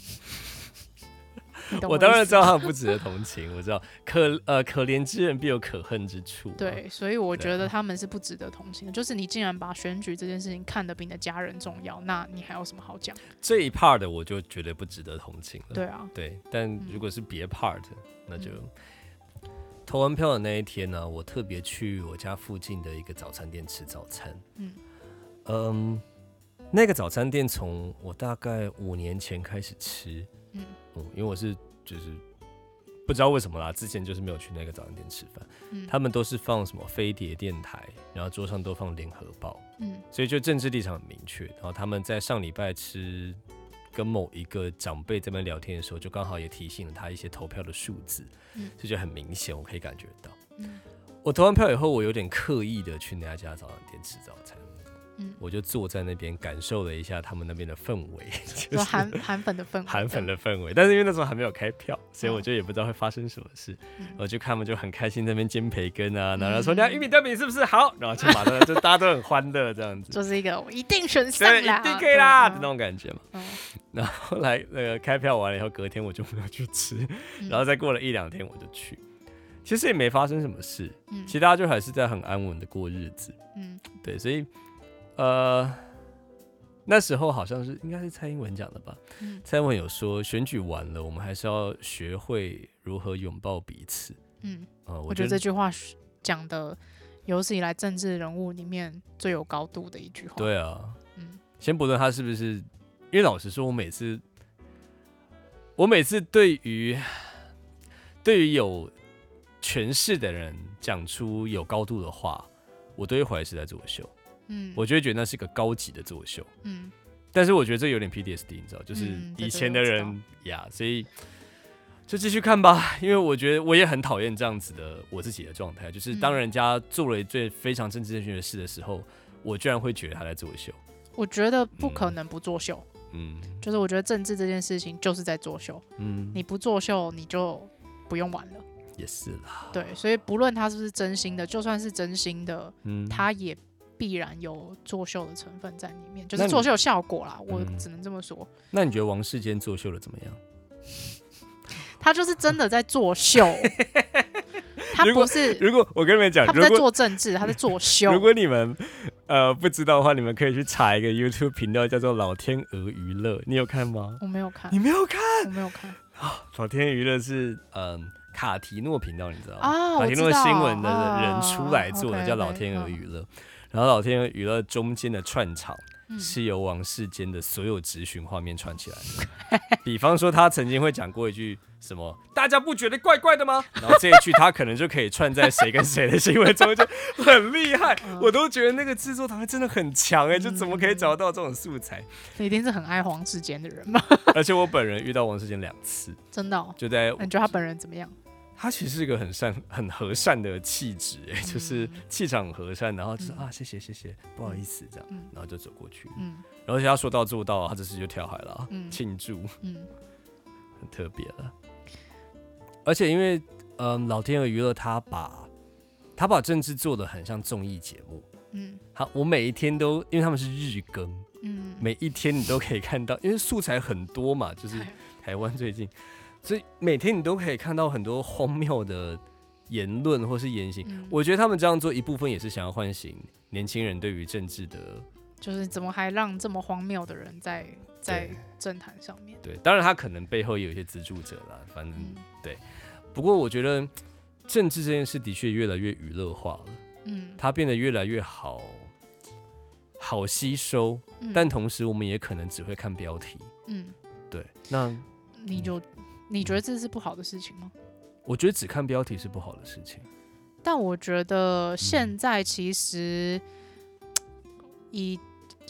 我, 我当然知道他们不值得同情，我知道可呃可怜之人必有可恨之处、啊。 对，所以我觉得他们是不值得同情的。就是你竟然把选举这件事情看得比你的家人重要，那你还有什么好讲？ 这一 part 的我就觉得不值得同情了。 对啊， 对，但如果是别 part，、嗯、那就、嗯、投完票的那一天呢，我特别去我家附近的一个早餐店吃早餐。嗯嗯，那个早餐店从我大概五年前开始吃。嗯, 嗯，因为我是就是不知道为什么啦，之前就是没有去那个早餐店吃饭。嗯，他们都是放什么飞碟电台，然后桌上都放联合报。嗯，所以就政治立场很明确。然后他们在上礼拜吃跟某一个长辈这边聊天的时候，就刚好也提醒了他一些投票的数字。嗯，这就很明显，我可以感觉到。嗯，我投完票以后，我有点刻意的去那家早餐店吃早餐。嗯、我就坐在那边感受了一下他们那边的氛围， 就是韩韩粉的氛围， 韩粉的氛围。但是因为那时候还没有开票，所以我就也不知道会发生什么事。嗯、我就看他们就很开心，在那边煎培根啊，然后说：“你看玉米蛋饼是不是好？”然后就马上就大家都很欢乐这样子， 就是一个我一定选上啦， 一定可以啦的那种感觉嘛。嗯、然后后来那个开票完了以后，隔天我就没有去吃，嗯、然后再过了一两天我就去。其实也没发生什么事，嗯、其实大家就还是在很安稳的过日子。嗯，对，所以。呃，那时候好像是应该是蔡英文讲的吧？嗯、蔡英文有说，选举完了，我们还是要学会如何拥抱彼此。嗯，呃、我, 我觉得这句话讲的有史以来政治人物里面最有高度的一句话。 对啊，嗯，先不论他是不是，因为老实说，我每次，我每次对于对于有权势的人讲出有高度的话，我都会怀疑是在作秀。嗯，我就会觉得那是一个高级的作秀。嗯，但是我觉得这有点 P T S D， 你知道，就是以前的人、嗯、呀，所以就继续看吧。因为我觉得我也很讨厌这样子的我自己的状态，就是当人家做了一件非常政治正确的事的时候，我居然会觉得他在作秀。 我觉得不可能不作秀。嗯，就是我觉得政治这件事情就是在作秀。嗯，你不作秀，你就不用玩了。 也是啦。 对，所以不论他是不是真心的，就算是真心的，嗯，他也必然有作秀的成分在里面，就是作秀效果啦，我只能这么说。 那你觉得王世坚作秀的怎么样？ 他就是真的在作秀，他不是。 如果我跟你们讲， 他不在做政治，他在作秀。 如果你们呃不知道的话，你们可以去查一个 YouTube 频道，叫做老天鹅娱乐，你有看吗？ 我没有看。 你没有看？ 我没有看。 啊，老天鹅娱乐是嗯。卡提诺频道，你知道吗？ 啊、 卡提诺新闻的人出来做的，啊、叫老天鹅娱乐。嗯、然后老天鹅娱乐中间的串场、嗯、是由王世坚的所有质询画面串起来的。比方说，他曾经会讲过一句什么“大家不觉得怪怪的吗？”然后这一句他可能就可以串在谁跟谁的新闻中间，很厉害。嗯、我都觉得那个制作团队真的很强哎、欸，就怎么可以找到这种素材？ 你一定是很爱王世坚的人吧？ 而且我本人遇到王世坚两次， 真的、哦？ 就在你觉得他本人怎么样？ 他其实是一个很善、很和善的气质，哎，就是气场很和善，然后就是、嗯、啊，谢谢谢谢，不好意思这样，嗯、然后就走过去，嗯，然后而且他说到做到，他这次就跳海了，庆、嗯、祝，嗯，很特别了。而且因为嗯，老天鹅娱乐他把他把政治做得很像综艺节目，嗯，好，我每一天都因为他们是日更，嗯，每一天你都可以看到，因为素材很多嘛，就是台湾最近。所以每天你都可以看到很多荒谬的言论或是言行、嗯，我觉得他们这样做一部分也是想要唤醒年轻人对于政治的， 就是怎么还让这么荒谬的人在在政坛上面？ 对，当然他可能背后也有一些资助者啦，反正、嗯、对。不过我觉得政治这件事的确越来越娱乐化了，嗯，它变得越来越好好吸收、嗯，但同时我们也可能只会看标题，嗯，对，那你就。你觉得这是不好的事情吗？ 我觉得只看标题是不好的事情， 但我觉得现在其实以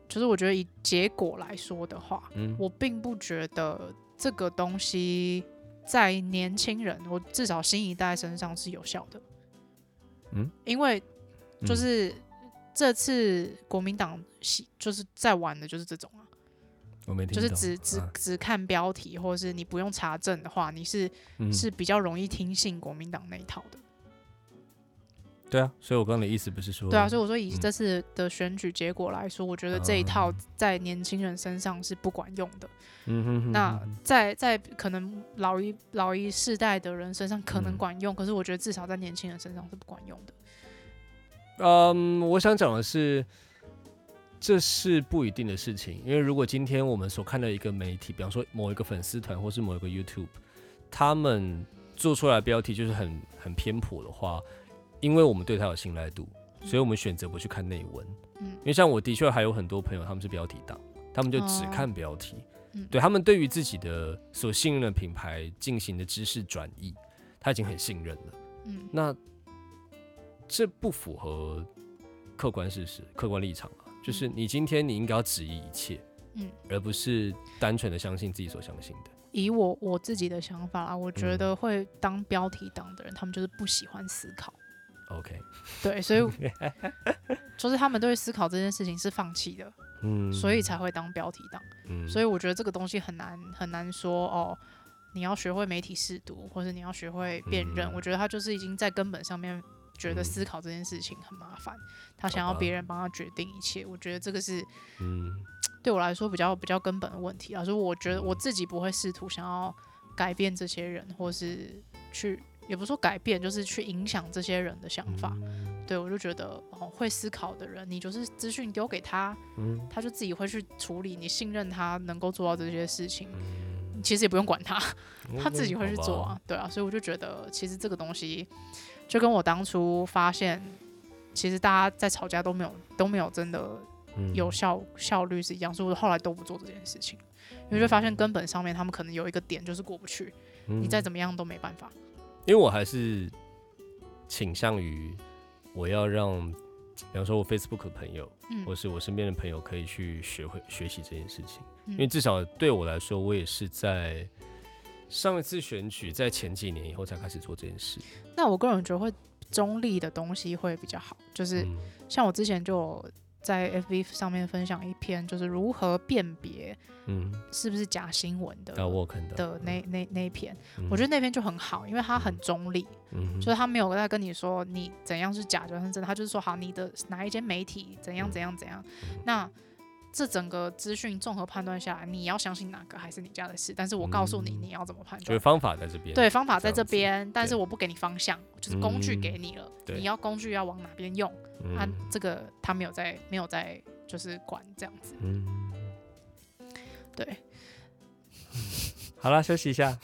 就是我觉得以结果来说的话， 嗯， 我并不觉得这个东西在年轻人，我至少新一代身上是有效的。 嗯， 因为就是这次国民党就是在玩的就是这种啊， 我没听懂， 就是只只、 啊、 只看标题，或者是你不用查证的话，你是、嗯、是比较容易听信国民党那一套的。 对啊，所以我刚刚的意思不是说， 对啊，所以我说以这次的选举结果来说，嗯、我觉得这一套在年轻人身上是不管用的。 嗯哼哼哼， 那在在可能老一老一世代的人身上可能管用，嗯、可是我觉得至少在年轻人身上是不管用的。 嗯，我想讲的是，这是不一定的事情，因为如果今天我们所看的一个媒体，比方说某一个粉丝团或是某一个 YouTube， 他们做出来的标题就是很很偏颇的话。因为我们对他有信赖度，所以我们选择不去看内文。嗯，因为像我的确还有很多朋友，他们是标题党，他们就只看标题。嗯、对他们对于自己的所信任的品牌进行的知识转移，他已经很信任了。嗯，那这不符合客观事实、客观立场啊。就是你今天你应该要质疑一切，嗯，而不是单纯的相信自己所相信的。 以我我自己的想法啦，我觉得会当标题党的人，他们就是不喜欢思考。 OK， 对，所以就是他们对思考这件事情是放弃的，嗯，所以才会当标题党，嗯，所以我觉得这个东西很难很难说哦，你要学会媒体识读，或者你要学会辨认，嗯、我觉得他就是已经在根本上面觉得思考这件事情很麻烦，嗯、他想要别人帮他决定一切，我觉得这个是，嗯，对我来说比较比较根本的问题啊，所以我觉得我自己不会试图想要改变这些人，或是去。也不是说改变，就是去影响这些人的想法。嗯、对我就觉得，哦，会思考的人，你就是资讯丢给他，嗯、他就自己会去处理。你信任他能够做到这些事情，嗯、你其实也不用管他，他自己会去做啊。对啊，所以我就觉得，其实这个东西就跟我当初发现，其实大家在吵架都没有都没有真的有效效率是一样，所以我后来都不做这件事情，因为就发现根本上面他们可能有一个点就是过不去，嗯、你再怎么样都没办法。 因为我还是倾向于我要让，比方说我 Facebook 的朋友，嗯、或是我身边的朋友可以去学会学习这件事情，嗯、因为至少对我来说，我也是在上一次选举在前几年以后才开始做这件事。 那我个人觉得会中立的东西会比较好，就是像我之前就有在 F B 上面分享一篇，就是如何辨别，嗯，是不是假新闻的， 嗯、 的那那那一篇，嗯、我觉得那篇就很好，因为它很中立，嗯、就是他没有在跟你说你怎样是假，怎样是真的，他就是说好你的哪一间媒体怎样怎样怎样，嗯、那这整个资讯综合判断下来，你要相信哪个还是你家的事，但是我告诉你你要怎么判断， 就是方法在这边， 对，方法在这边，但是我不给你方向，就是工具给你了，嗯、你要工具要往哪边用。他、嗯啊、这个他没有在没有在就是管这样子，嗯，对， 好了，休息一下。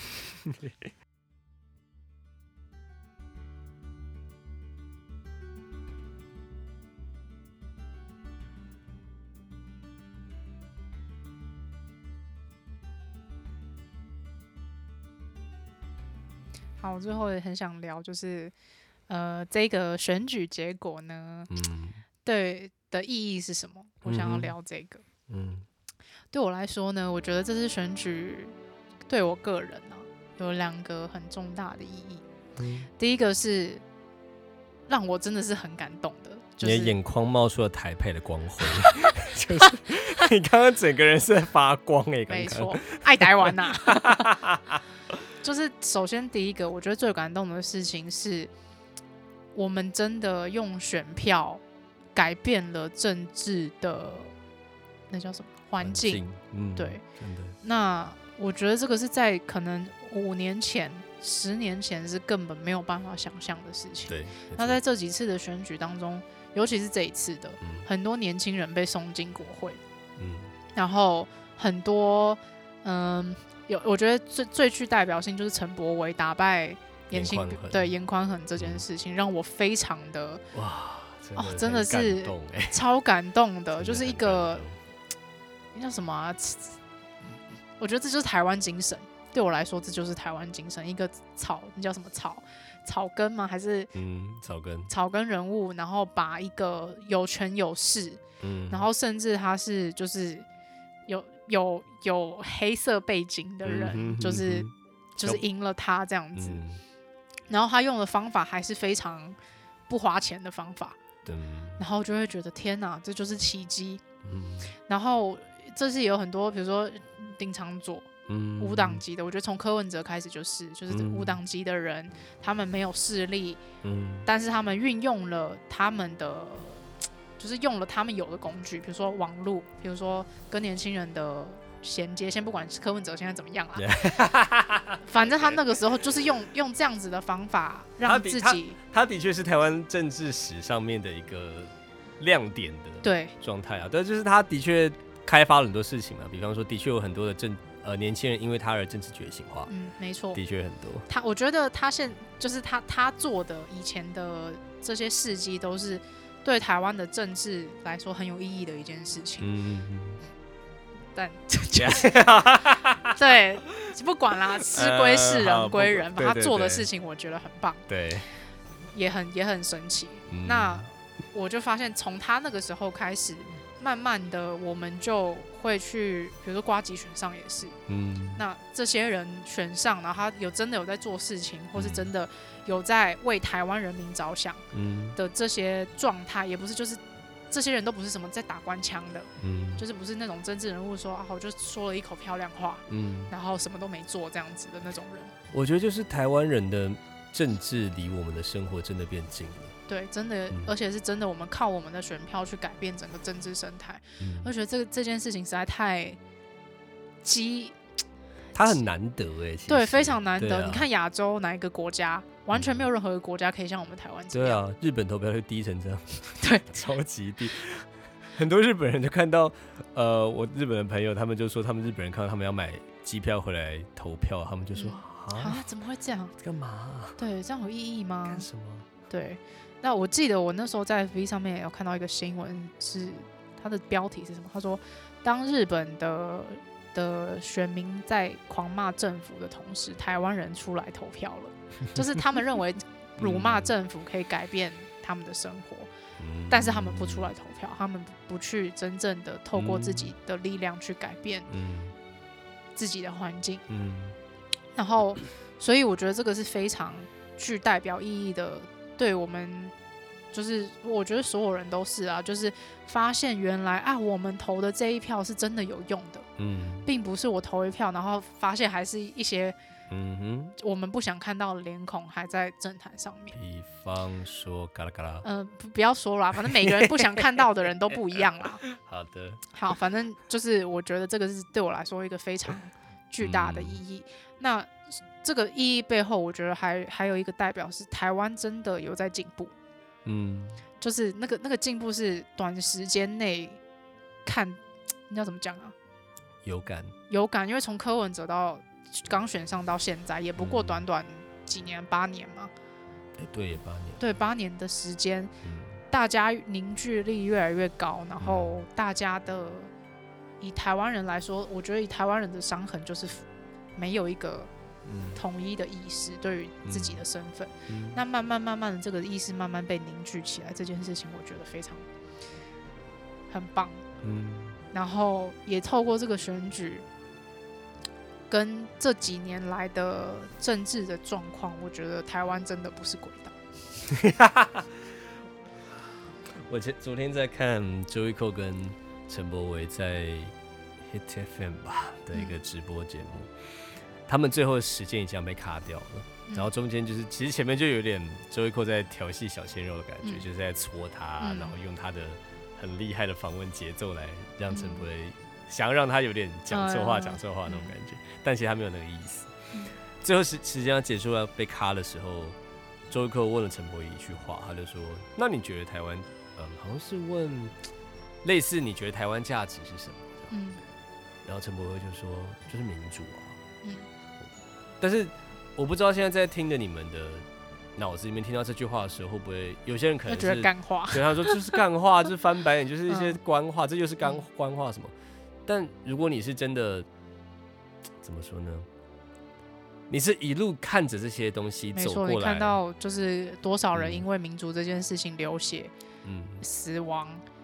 好，我最后也很想聊，就是呃，这个选举结果呢，嗯，对的意义是什么？我想要聊这个。嗯，对我来说呢，我觉得这次选举对我个人啊，有两个很重大的意义。嗯，第一个是让我真的是很感动的，就是、 你的眼眶冒出了台派的光辉，就是你刚刚整个人是在发光哎、欸， 没错，爱台湾呐。就是首先第一个，我觉得最感动的事情是，我们真的用选票改变了政治的那叫什么环境，嗯，对，真的。那我觉得这个是在可能五年前、十年前是根本没有办法想象的事情。 对。 那在这几次的选举当中，尤其是这一次的，嗯、很多年轻人被送进国会，嗯，然后很多，嗯。有，我觉得最最具代表性就是陈柏惟打败严清对严宽恒这件事情，嗯、让我非常的哇，真的， 哦、真的是超感动的，就是一个那叫什么、啊？我觉得这就是台湾精神，对我来说这就是台湾精神，一个草，那叫什么草？草根吗？还是嗯，草根草根人物，然后把一个有权有势， 嗯，然后甚至他是就是有有有黑色背景的人，嗯、就是就是赢了他这样子，嗯、然后他用的方法还是非常不花钱的方法，嗯、然后就会觉得天哪，这就是奇迹。嗯、然后这是有很多，比如说丁昌佐。嗯、无党籍的，我觉得从柯文哲开始就是，就是无党籍的人，嗯、他们没有势力，嗯、但是他们运用了他们的，就是用了他们有的工具，比如说网络，比如说跟年轻人的衔接。先不管柯文哲现在怎么样啦，反正他那个时候就是用用这样子的方法让自己， 他, 他, 他的确是台湾政治史上面的一个亮点的状态啊，对，就是他的确开发了很多事情嘛，比方说的确有很多的政。呃，年轻人因为他而政治觉醒化， 嗯，没错， 的确很多。 他，我觉得他现就是他他做的以前的这些事迹，都是对台湾的政治来说很有意义的一件事情。嗯嗯。但对，不管啦，吃归是，人归人，把、呃、他做的事情，我觉得很棒， 对， 也很也很神奇。嗯、那我就发现，从他那个时候开始。慢慢的，我们就会去，比如说呱吉选上也是，嗯，那这些人选上，然后他有真的有在做事情，或是真的有在为台湾人民着想的这些状态，也不是就是这些人都不是什么在打官腔的，嗯，就是不是那种政治人物说啊，我就说了一口漂亮话，嗯，然后什么都没做这样子的那种人。 我觉得就是台湾人的政治离我们的生活真的变近了。 对，真的，嗯、而且是真的，我们靠我们的选票去改变整个政治生态。嗯、我觉得这个这件事情实在太激， 它很难得哎， 对，非常难得。啊、你看亚洲哪一个国家，完全没有任何一个国家可以像我们台湾这样。 对啊，日本投票率低成这样， 对， 超级低。很多日本人就看到，呃，我日本的朋友，他们就说，他们日本人看到他们要买机票回来投票，他们就说、 嗯、啊，怎么会这样？ 干嘛、啊？ 对，这样有意义吗？ 干什么？ 对。那我记得我那时候在 F B 上面有看到一个新闻，是它的标题是什么？他说，当日本的的选民在狂骂政府的同时，台湾人出来投票了，就是他们认为辱骂政府可以改变他们的生活，嗯、但是他们不出来投票，他们不去真正的透过自己的力量去改变自己的环境。嗯、然后，所以我觉得这个是非常具代表意义的。对我们，就是我觉得所有人都是啊，就是发现原来啊，我们投的这一票是真的有用的，嗯，并不是我投一票，然后发现还是一些，嗯哼，我们不想看到的脸孔还在政坛上面。 比方说，嘎啦嘎啦， 嗯、呃，不要说啦，反正每个人不想看到的人都不一样啦。 好的， 好，反正就是我觉得这个是对我来说一个非常巨大的意义。嗯、那。这个意义背后，我觉得还还有一个代表是台湾真的有在进步，嗯，就是那个那个进步是短时间内看，你要怎么讲啊？ 有感， 有感，因为从柯文哲到刚选上到现在，也不过短短几年，八年嘛， 欸、对，也八年， 对，八年的时间，嗯、大家凝聚力越来越高，然后大家的以台湾人来说，我觉得以台湾人的伤痕就是没有一个。统一的意识对于自己的身份，嗯、那慢慢慢慢的这个意识慢慢被凝聚起来，这件事情我觉得非常很棒。嗯，然后也透过这个选举，跟这几年来的政治的状况，我觉得台湾真的不是轨道。 我昨天在看 Joey Cole 跟陈柏惟在 Hit F M 吧的一个直播节目。嗯，他们最后的时间已经被卡掉了，嗯、然后中间就是其实前面就有点周一蔻在调戏小鲜肉的感觉，嗯、就是在戳他，嗯、然后用他的很厉害的访问节奏来让陈柏惟想要让他有点讲错话、讲错话那种感觉，嗯、但其实他没有那个意思。嗯、最后时时间要结束要被卡的时候，周一蔻问了陈柏惟一句话，他就说：“那你觉得台湾，嗯，好像是问类似你觉得台湾价值是什么？”嗯，然后陈柏惟就说：“就是民主啊。”嗯。但是我不知道现在在听的你们的脑子里面听到这句话的时候，会不会有些人可能是觉得干话？ 对，他说就是干话，就是翻白眼，就是一些官话，嗯、这就是干官话什么。但如果你是真的，怎么说呢？你是一路看着这些东西走过来， 你看到就是多少人因为民主这件事情流血、嗯、死亡，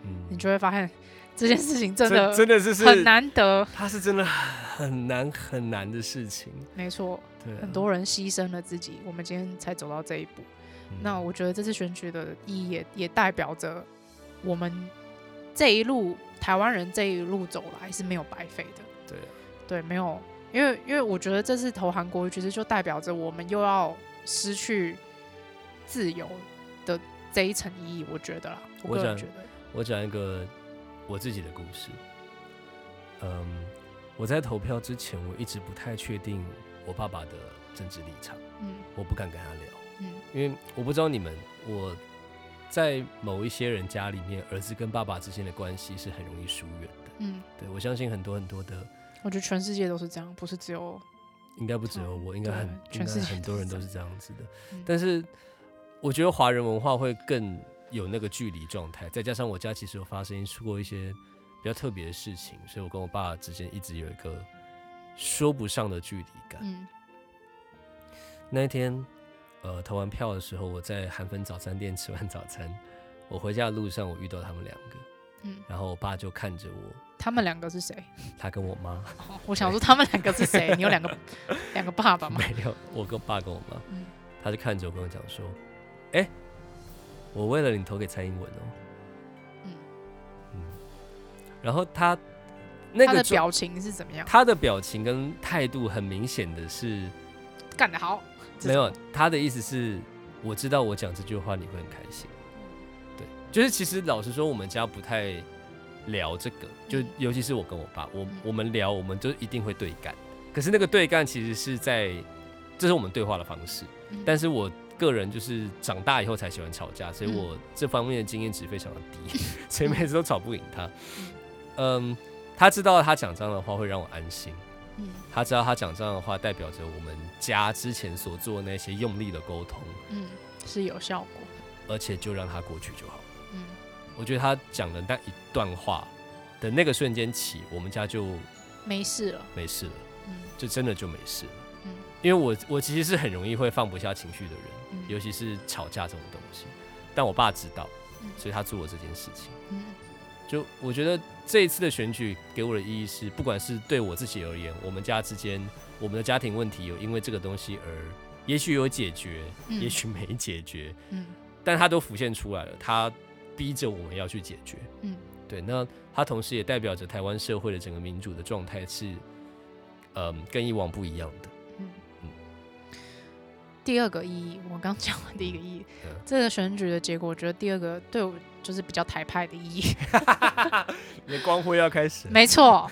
嗯、你就会发现这件事情真的真的是很难得， 它是真的很难很难的事情。 没错， 对、啊， 很多人牺牲了自己，我们今天才走到这一步。嗯、那我觉得这次选举的意义 也, 也代表着我们这一路台湾人这一路走来是没有白费的。 对、啊， 对，没有，因为因为我觉得这次投韩国瑜，其实就代表着我们又要失去自由的这一层意义。我觉得啦，我个人觉得， 我讲一个我自己的故事。嗯，我在投票之前，我一直不太确定我爸爸的政治立场，嗯，我不敢跟他聊，嗯，因为我不知道你们，我在某一些人家里面，儿子跟爸爸之间的关系是很容易疏远的，嗯，对，我相信很多很多的， 我觉得全世界都是这样，不是只有， 应该不只有我，应该很全世界很多人都是这样子的，嗯、但是我觉得华人文化会更有那个距离状态，再加上我家其实有发生过一些比较特别的事情，所以我跟我爸之间一直有一个说不上的距离感。嗯、那一天，呃，投完票的时候，我在韩粉早餐店吃完早餐，我回家的路上我遇到他们两个，嗯、然后我爸就看着我。 他们两个是谁？ 他跟我妈。 哦、我想说他们两个是谁？你有两个两个爸爸吗？ 没有，我跟爸跟我妈。嗯、他就看着我跟我讲说：“哎、欸，我为了你投给蔡英文哦。”嗯嗯，然后他那个他的表情是怎么样？ 他的表情跟态度很明显的是干得好。 没有，他的意思是，我知道我讲这句话你会很开心。对，就是其实老实说，我们家不太聊这个，就尤其是我跟我爸，我我们聊，我们就一定会对干。可是那个对干其实是在，这是我们对话的方式。但是我个人就是长大以后才喜欢吵架，所以我这方面的经验值非常的低，所以每次都吵不赢他。嗯，他知道他讲这样的话会让我安心。嗯、他知道他讲这样的话代表着我们家之前所做的那些用力的沟通，嗯， 是有效果的，而且就让他过去就好。嗯，我觉得他讲的那一段话的那个瞬间起，我们家就没事了， 没事了，嗯，就真的就没事了。嗯，因为我我其实是很容易会放不下情绪的人，嗯、尤其是吵架这种东西。但我爸知道，所以他做了这件事情。嗯。就我觉得这一次的选举给我的意义是，不管是对我自己而言，我们家之间我们的家庭问题有因为这个东西而也许有解决，嗯、也许没解决，嗯，但它都浮现出来了，它逼着我们要去解决，嗯，对，那它同时也代表着台湾社会的整个民主的状态是，嗯，跟以往不一样的。嗯嗯。第二个意义，我刚讲完第一个意义，嗯、这个选举的结果，我觉得第二个对我就是比较台派的意义。 你的光辉要开始。 没错，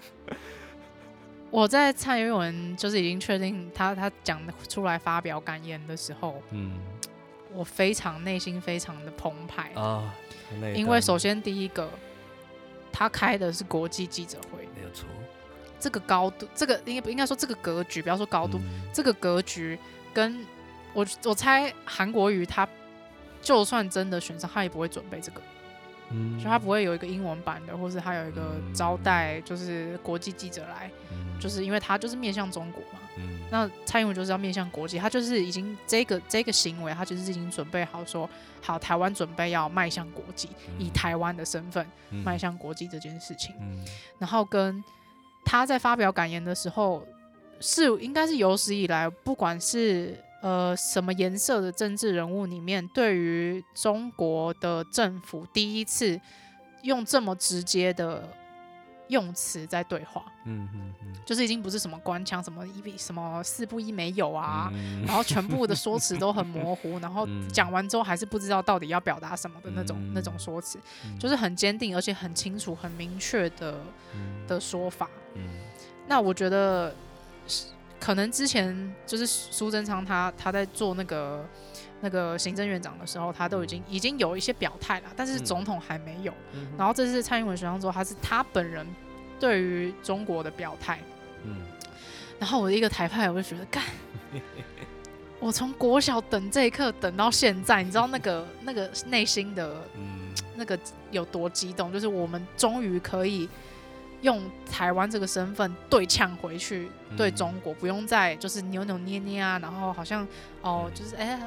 我在蔡英文就是已经确定他他讲出来发表感言的时候，嗯，我非常内心非常的澎湃啊，因为首先第一个，他开的是国际记者会， 没有错， 这个高度，这个应该应该说这个格局，不要说高度，嗯、这个格局跟我我猜韩国瑜他。就算真的选上，他也不会准备这个，嗯，就他不会有一个英文版的，或是他有一个招待，就是国际记者来，嗯、就是因为他就是面向中国嘛，嗯、那蔡英文就是要面向国际，他就是已经这个这个行为，他就是已经准备好说，好，台湾准备要迈向国际，嗯、以台湾的身份迈向国际这件事情，嗯、然后跟他在发表感言的时候，是应该是有史以来，不管是呃，什么颜色的政治人物里面，对于中国的政府第一次用这么直接的用词在对话，嗯嗯嗯，就是已经不是什么官腔，什么一什么四不一没有啊，嗯、然后全部的说辞都很模糊，然后讲完之后还是不知道到底要表达什么的那种、嗯、那种说辞，嗯、就是很坚定而且很清楚、很明确的、嗯、的说法。嗯，那我觉得。可能之前就是苏贞昌他他在做那个那个行政院长的时候，他都已经已经有一些表态了，但是总统还没有。嗯、然后这次蔡英文选上之后，他是他本人对于中国的表态。嗯。然后我的一个台派，我就觉得干，我从国小等这一刻等到现在，你知道那个那个内心的、嗯、那个有多激动？就是我们终于可以。用台湾这个身份对呛回去，对中国、嗯、不用再就是扭扭捏捏啊，然后好像哦就是哎、欸，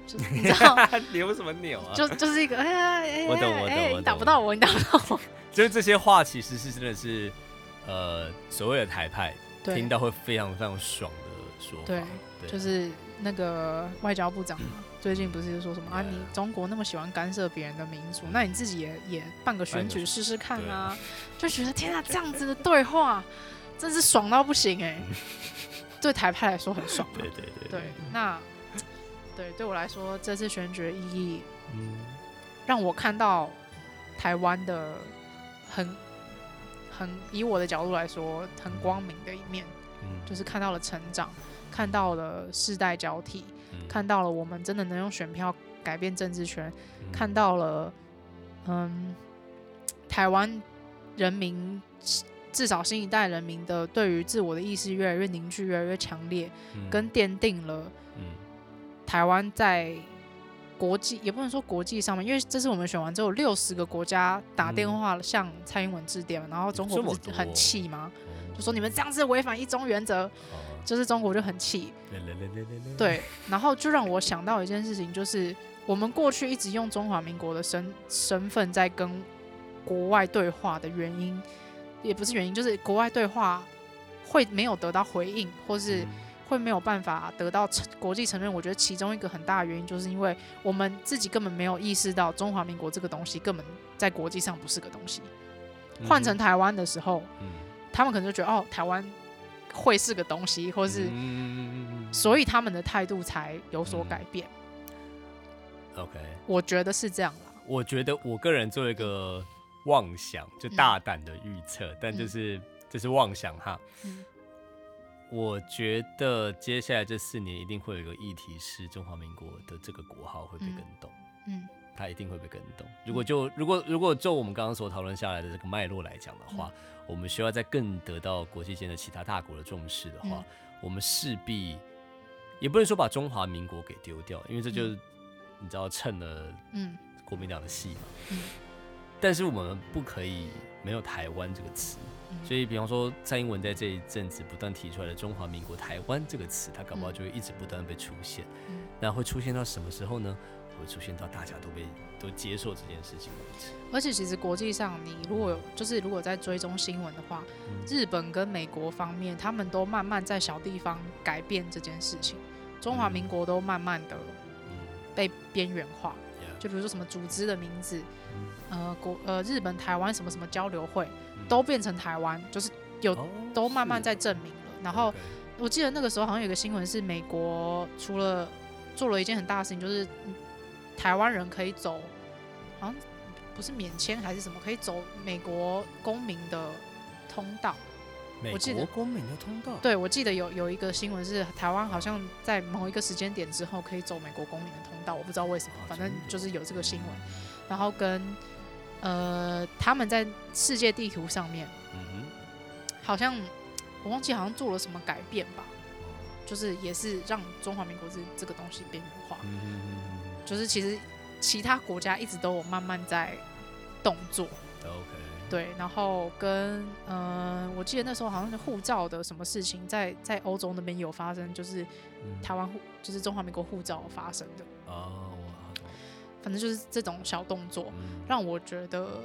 就你知道扭什么扭啊？ 就就是一个哎哎， 我懂我懂哎， 我懂， 你打不到我，你打不到我。 就是这些话其实是真的是，呃，所谓的台派听到会非常非常爽的说法。 对，对就是那个外交部长嘛，最近不是说什么啊？你中国那么喜欢干涉别人的民主，那你自己也也办个选举试试看啊？就觉得天啊，这样子的对话真是爽到不行哎、欸！对台派来说很爽、啊。 对对对对, 对，那对对我来说，这次选举的意义， 嗯， 让我看到台湾的很很以我的角度来说很光明的一面，嗯，就是看到了成长，看到了世代交替，嗯，看到了我们真的能用选票改变政治圈，嗯，看到了嗯台湾人民至少新一代人民的对于自我的意识越来越凝聚，越来越强烈，嗯，跟奠定了台湾在国际也不能说国际上面，因为这次我们选完之后，六十个国家打电话向蔡英文致电，然后中国不是很气吗？就说你们这样子违反一中原则，就是中国就很气。对，然后就让我想到一件事情，就是我们过去一直用中华民国的身身份在跟国外对话的原因，也不是原因，就是国外对话会没有得到回应，或是会没有办法得到国际承认。我觉得其中一个很大的原因，就是因为我们自己根本没有意识到中华民国这个东西根本在国际上不是个东西。换成台湾的时候，嗯，他们可能就觉得哦，台湾会是个东西，或是，嗯，所以他们的态度才有所改变。 嗯、OK， 我觉得是这样啦。 我觉得我个人做一个妄想，就大胆的预测，嗯，但就是这，就是妄想哈。嗯，我觉得接下来这四年一定会有一个议题是中华民国的这个国号会被更动，嗯，它一定会被更动。如果就如果如果就我们刚刚所讨论下来的这个脉络来讲的话，嗯，我们需要在更得到国际间的其他大国的重视的话，嗯，我们势必也不能说把中华民国给丢掉，因为这就是，嗯，你知道蹭了国民党的戏嘛，嗯，但是我们不可以没有台湾这个词。所以比方说蔡英文在这一阵子不断提出来的中华民国台湾这个词，它搞不好就会一直不断被出现，嗯，那会出现到什么时候呢？会出现到大家都被都接受这件事情为止。 而且其实国际上你如果有就是如果在追踪新闻的话，嗯，日本跟美国方面他们都慢慢在小地方改变这件事情，中华民国都慢慢的被边缘化，嗯，就比如说什么组织的名字，嗯，呃国呃日本台湾什么什么交流会都变成台湾，就是有、哦、都慢慢在证明了。然后、okay. 我记得那个时候好像有一个新闻是美国除了做了一件很大的事情，就是台湾人可以走，好像不是免签还是什么，可以走美国公民的通道。 美国公民的通道？ 对，我记得有有一个新闻是台湾好像在某一个时间点之后可以走美国公民的通道，我不知道为什么，反正就是有这个新闻。然后跟呃，他们在世界地图上面，嗯、好像我忘记好像做了什么改变吧，就是也是让中华民国这这个东西边缘化，嗯、就是其实其他国家一直都有慢慢在动作。 Okay. 对，然后跟呃，我记得那时候好像是护照的什么事情，在在欧洲那边有发生，就是台湾护，就是中华民国护照发生的。哦。反正就是这种小动作，嗯，让我觉得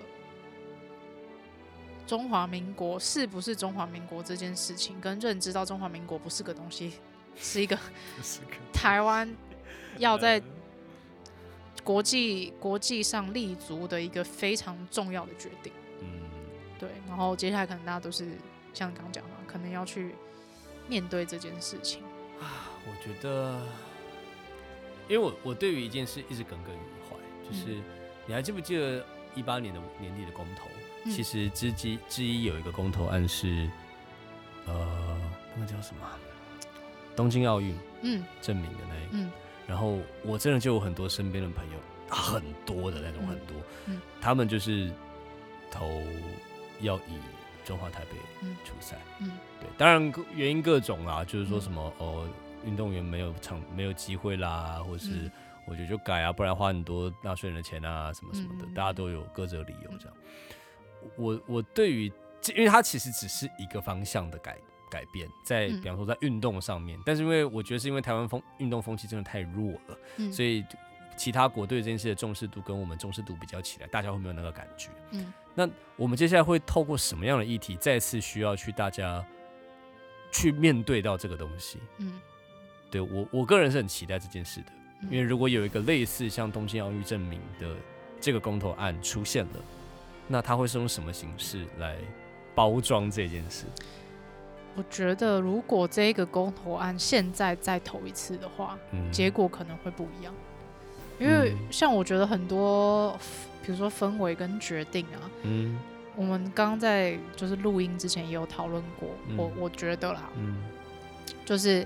中华民国是不是中华民国这件事情，跟认知到中华民国不是个东西，是一个台湾要在国际国际上立足的一个非常重要的决定。嗯，对。然后接下来可能大家都是像刚刚讲的，可能要去面对这件事情。 啊，我觉得，因为我我对于一件事一直耿耿于怀。就是、嗯、你还记不记得一八年的年底的公投？嗯、其实之一之一有一个公投案是，呃，那个叫什么？东京奥运，嗯，证明的那一个。嗯、然后我真的就有很多身边的朋友，很多的那种，很多，嗯、他们就是投要以中华台北出赛。嗯，对，当然原因各种啦，就是说什么、嗯、哦，运动员没有场没有机会啦，或是。嗯我觉得就改啊，不然花很多纳税人的钱啊，什么什么的，嗯、大家都有各自的理由这样。我我对于，因为它其实只是一个方向的改改变，在比方说在运动上面，嗯、但是因为我觉得是因为台湾风运动风气真的太弱了，嗯、所以其他国对这件事的重视度跟我们重视度比较起来，大家会没有那个感觉。嗯，那我们接下来会透过什么样的议题，再次需要去大家去面对到这个东西？嗯，对我我个人是很期待这件事的，因为如果有一个类似像东京奥运证明的这个公投案出现了，那它会是用什么形式来包装这件事？ 我觉得如果这个公投案现在再投一次的话，嗯、结果可能会不一样。因为像我觉得很多，比如说氛围跟决定啊，嗯、我们刚刚在就是录音之前也有讨论过，嗯、我我觉得啦，嗯、就是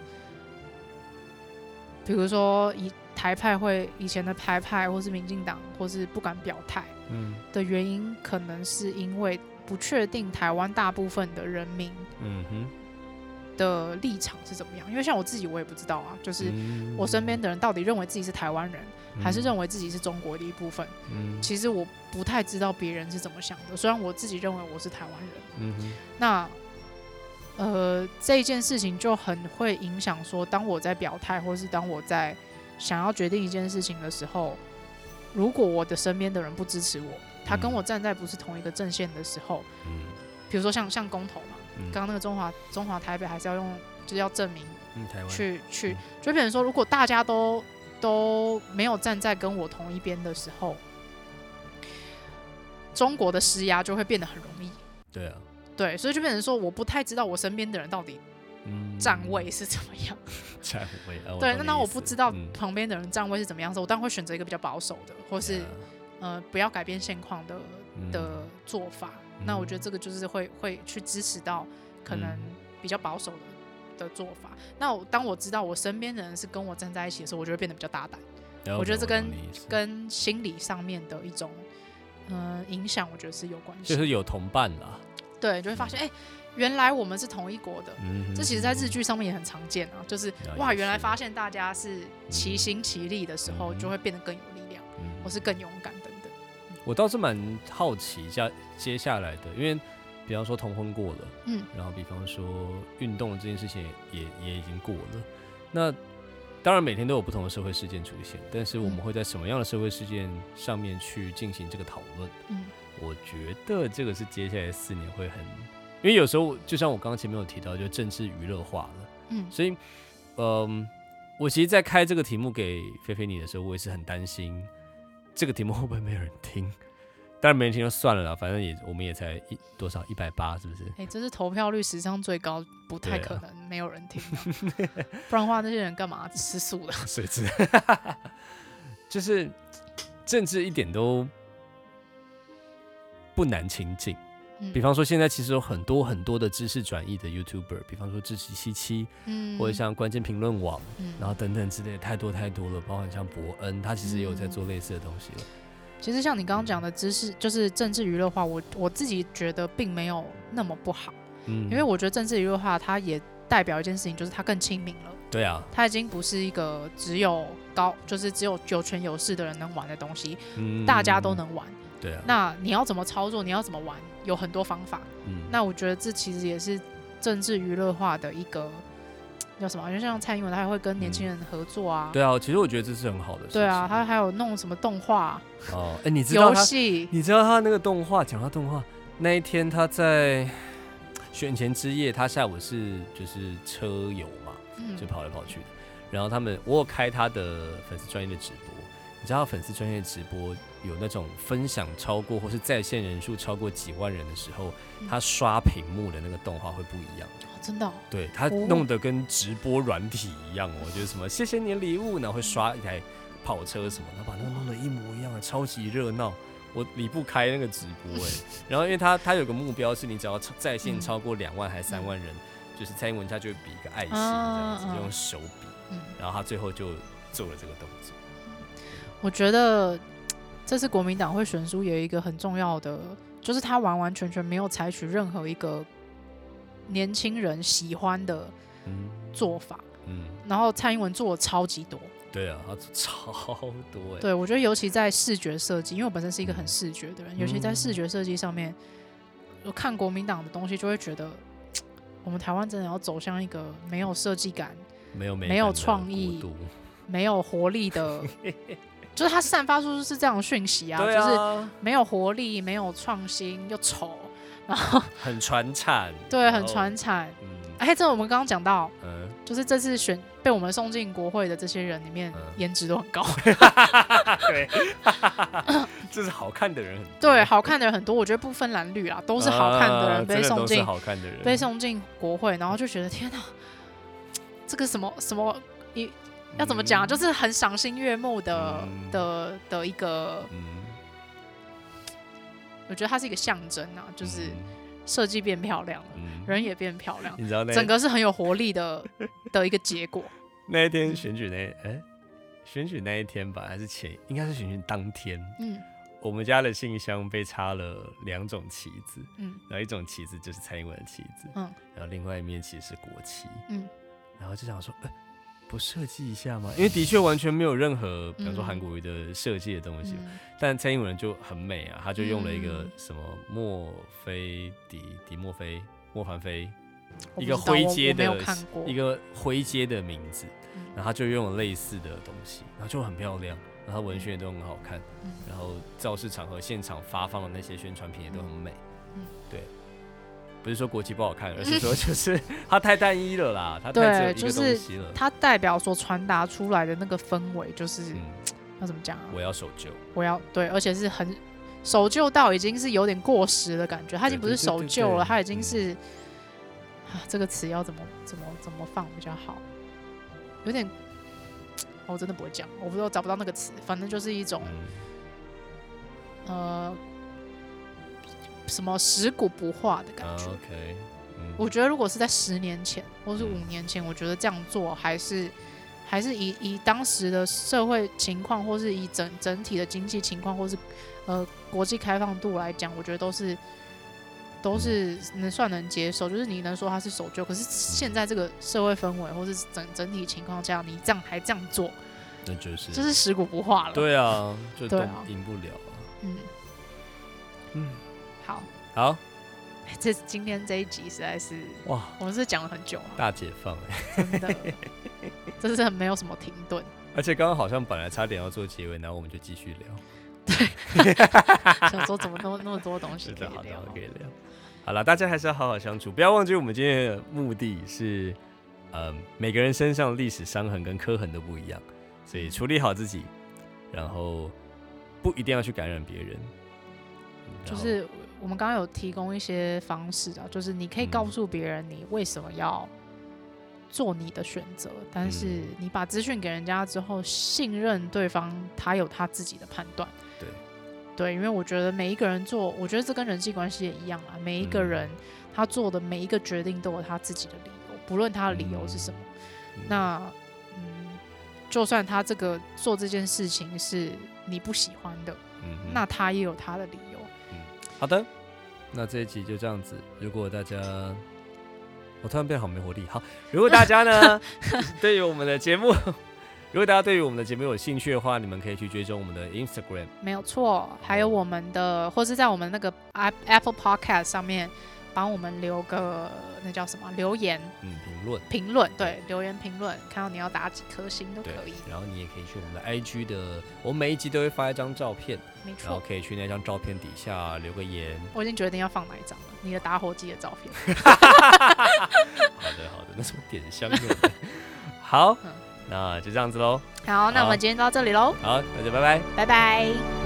比如说以台派会以前的台派或是民进党或是不敢表态的原因，可能是因为不确定台湾大部分的人民的立场是怎么样。因为像我自己我也不知道啊，就是我身边的人到底认为自己是台湾人，还是认为自己是中国的一部分，其实我不太知道别人是怎么想的。虽然我自己认为我是台湾人，那呃这一件事情就很会影响说，当我在表态或是当我在想要决定一件事情的时候，如果我的身边的人不支持我，他跟我站在不是同一个阵线的时候，嗯，比如说像像公投嘛，刚刚、嗯、那个中华中华台北还是要用，就是要证明，嗯，台湾去去，就变成说，如果大家都都没有站在跟我同一边的时候，中国的施压就会变得很容易。 对啊， 对，所以就变成说，我不太知道我身边的人到底站位是怎么样。 站位，啊、 对，那当我不知道旁边的人站位是怎么样的时候，我当然会选择一个比较保守的，或是、yeah. 呃不要改变现况的的做法。嗯、那我觉得这个就是会会去支持到可能比较保守的的做法。那我当我知道我身边的人是跟我站在一起的时候，我就会变得比较大胆。Yeah, 我觉得这跟跟心理上面的一种呃影响，我觉得是有关系。 就是有同伴啦。 对，就会发现哎。欸原来我们是同一国的，嗯、这其实在日剧上面也很常见啊。就是哇，原来发现大家是齐心齐力的时候，嗯、就会变得更有力量，嗯、或是更勇敢等等。 我倒是蛮好奇下接下来的，因为比方说同婚过了，嗯，然后比方说运动这件事情也也已经过了。那当然每天都有不同的社会事件出现，但是我们会在什么样的社会事件上面去进行这个讨论？嗯，我觉得这个是接下来四年会很。因为有时候，就像我刚刚前面有提到，就政治娱乐化了，嗯，所以，嗯，我其实，在开这个题目给菲菲你的时候，我也是很担心，这个题目会不会没有人听？当然没人听就算了啦，反正也我们也才一多少一百八，是不是？ 哎、欸，这是投票率史上最高，不太可能没有人听、啊，不然的话，那些人干嘛吃素的？ 水质，就是政治一点都不难亲近。比方说，现在其实有很多很多的知识转译的 YouTuber， 比方说知识七七，嗯，或者像关键评论网，嗯，然后等等之类的，太多太多了。包含像伯恩，他其实也有在做类似的东西了。 其实像你刚刚讲的知识，就是政治娱乐化，我我自己觉得并没有那么不好，嗯，因为我觉得政治娱乐化它也代表一件事情，就是它更亲民了。 对啊， 它已经不是一个只有高，就是只有有权有势的人能玩的东西，嗯，大家都能玩。 对啊， 那你要怎么操作？你要怎么玩？有很多方法。嗯，那我觉得这其实也是政治娱乐化的一个叫什么？就像蔡英文，他还会跟年轻人合作啊、嗯。 对啊，其实我觉得这是很好的事情。 对啊，他还有弄什么动画哦，哎、欸，你知道游戏？ 你知道他那个动画？讲到动画那一天，他在选前之夜，他下午是就是车友嘛，嗯、就跑来跑去的。然后他们，我有开他的粉丝专页的直播。你知道粉丝专页直播有那种分享超过或是在线人数超过几万人的时候，嗯、他刷屏幕的那个动画会不一样。 哦、真的、哦？ 对，他弄得跟直播软体一样哦，就是什么谢谢你的礼物，然后会刷一台跑车什么，他把那个弄得一模一样的，超级热闹。我离不开那个直播哎。然后因为他他有个目标是你只要在线超过两万还是三万人，嗯、就是蔡英文他就会比一个爱心这样子，就用手比，嗯、然后他最后就做了这个动作。 我觉得这次国民党会选输有一个很重要的，就是他完完全全没有采取任何一个年轻人喜欢的做法，嗯嗯、然后蔡英文做了超级多。 对啊，他做超多。 对，我觉得尤其在视觉设计，因为我本身是一个很视觉的人，嗯、尤其在视觉设计上面，我看国民党的东西就会觉得我们台湾真的要走向一个没有设计感、 没有美没有创意、没有活力的，就是它散发出是这样的讯息啊， 对啊， 就是没有活力、没有创新又丑，然后很传产， 对，很传产。嗯，哎，这我们刚刚讲到，嗯，就是这次选被我们送进国会的这些人里面，颜、嗯、值都很高。 对，就是好看的人很多。 对，好看的人很多，我觉得不分蓝绿啊，都是好看的人被送进、 啊、好看的人被送进国会，然后就觉得天哪，这个什么什么一。要怎么讲、嗯？就是很赏心悦目的、嗯、的的一个、嗯，我觉得它是一个象征啊，就是设计变漂亮了、嗯，人也变漂亮， 你知道那整个是很有活力的的一个结果。 那一天选举那哎、欸，选举那一天吧，还是前应该是选举当天，嗯，我们家的信箱被插了两种旗子，嗯，然后一种旗子就是蔡英文的旗子，嗯，然后另外一面其实是国旗，嗯，然后就想说，哎、欸。不设计一下吗？因为的确完全没有任何，比方说韩国瑜的设计的东西、嗯，但蔡英文就很美啊，他就用了一个什么墨菲迪迪墨菲莫凡菲，一个灰阶的一个灰阶的名字，然后他就用了类似的东西，然后就很漂亮，然后文宣也都很好看，然后造势场合现场发放的那些宣传品也都很美，对。不是说国旗不好看，而是说就是它太单一了啦，它太只有一个东西了。 就是、它代表所传达出来的那个氛围，就是、嗯、要怎么讲啊？ 我要守旧， 我要对，而且是很守旧到已经是有点过时的感觉，它已经不是守旧了，它已经是、嗯、啊，这个词要怎么怎么怎么放比较好？有点，我真的不会讲，我不知道找不到那个词，反正就是一种，嗯、呃。什么食古不化的感觉、uh, okay. 嗯、我觉得如果是在十年前或是五年前、嗯、我觉得这样做还是还是以以当时的社会情况或是以整整体的经济情况或是呃国际开放度来讲，我觉得都是都是能算能接受，就是你能说它是守旧，可是现在这个社会氛围或是整整体情况下，你这样还这样做， 那就是就是食古不化了。 对啊，就都赢不了啊。嗯嗯。好， 好， 这今天这一集实在是哇，我们是讲了很久啊， 大解放哎，真的，真是没有什么停顿。 而且刚刚好像本来差点要做结尾，然后我们就继续聊。 对，想说怎么那么那么多东西可以聊， 好的，可以聊。好了，大家还是要好好相处，不要忘记我们今天的目的是，呃，每个人身上历史伤痕跟刻痕都不一样，所以处理好自己，然后不一定要去感染别人， 就是。我们刚刚有提供一些方式啊，就是你可以告诉别人你为什么要做你的选择，嗯、但是你把资讯给人家之后，信任对方，他有他自己的判断。 对， 对，因为我觉得每一个人做，我觉得这跟人际关系也一样啦。每一个人他做的每一个决定都有他自己的理由，不论他的理由是什么。嗯、那嗯，就算他这个做这件事情是你不喜欢的，嗯、那他也有他的理由。 好的，那这一集就这样子。如果大家，我突然变好没活力。好，如果大家呢对于我们的节目，如果大家对于我们的节目有兴趣的话，你们可以去追踪我们的 Instagram， 没有错，还有我们的，或是在我们那个 Apple Podcast 上面帮我们留个那叫什么留言， 嗯，评论， 评论，对，留言评论，看到你要打几颗星都可以。 然后你也可以去我们的 I G 的，我们每一集都会发一张照片， 没错， 然后可以去那张照片底下留个言。 我已经决定要放哪一张了，你的打火机的照片。 好的，好的，那什么点香用的。好、嗯，那就这样子喽。 好，那我们今天到这里喽。 好，大家拜拜， 拜拜。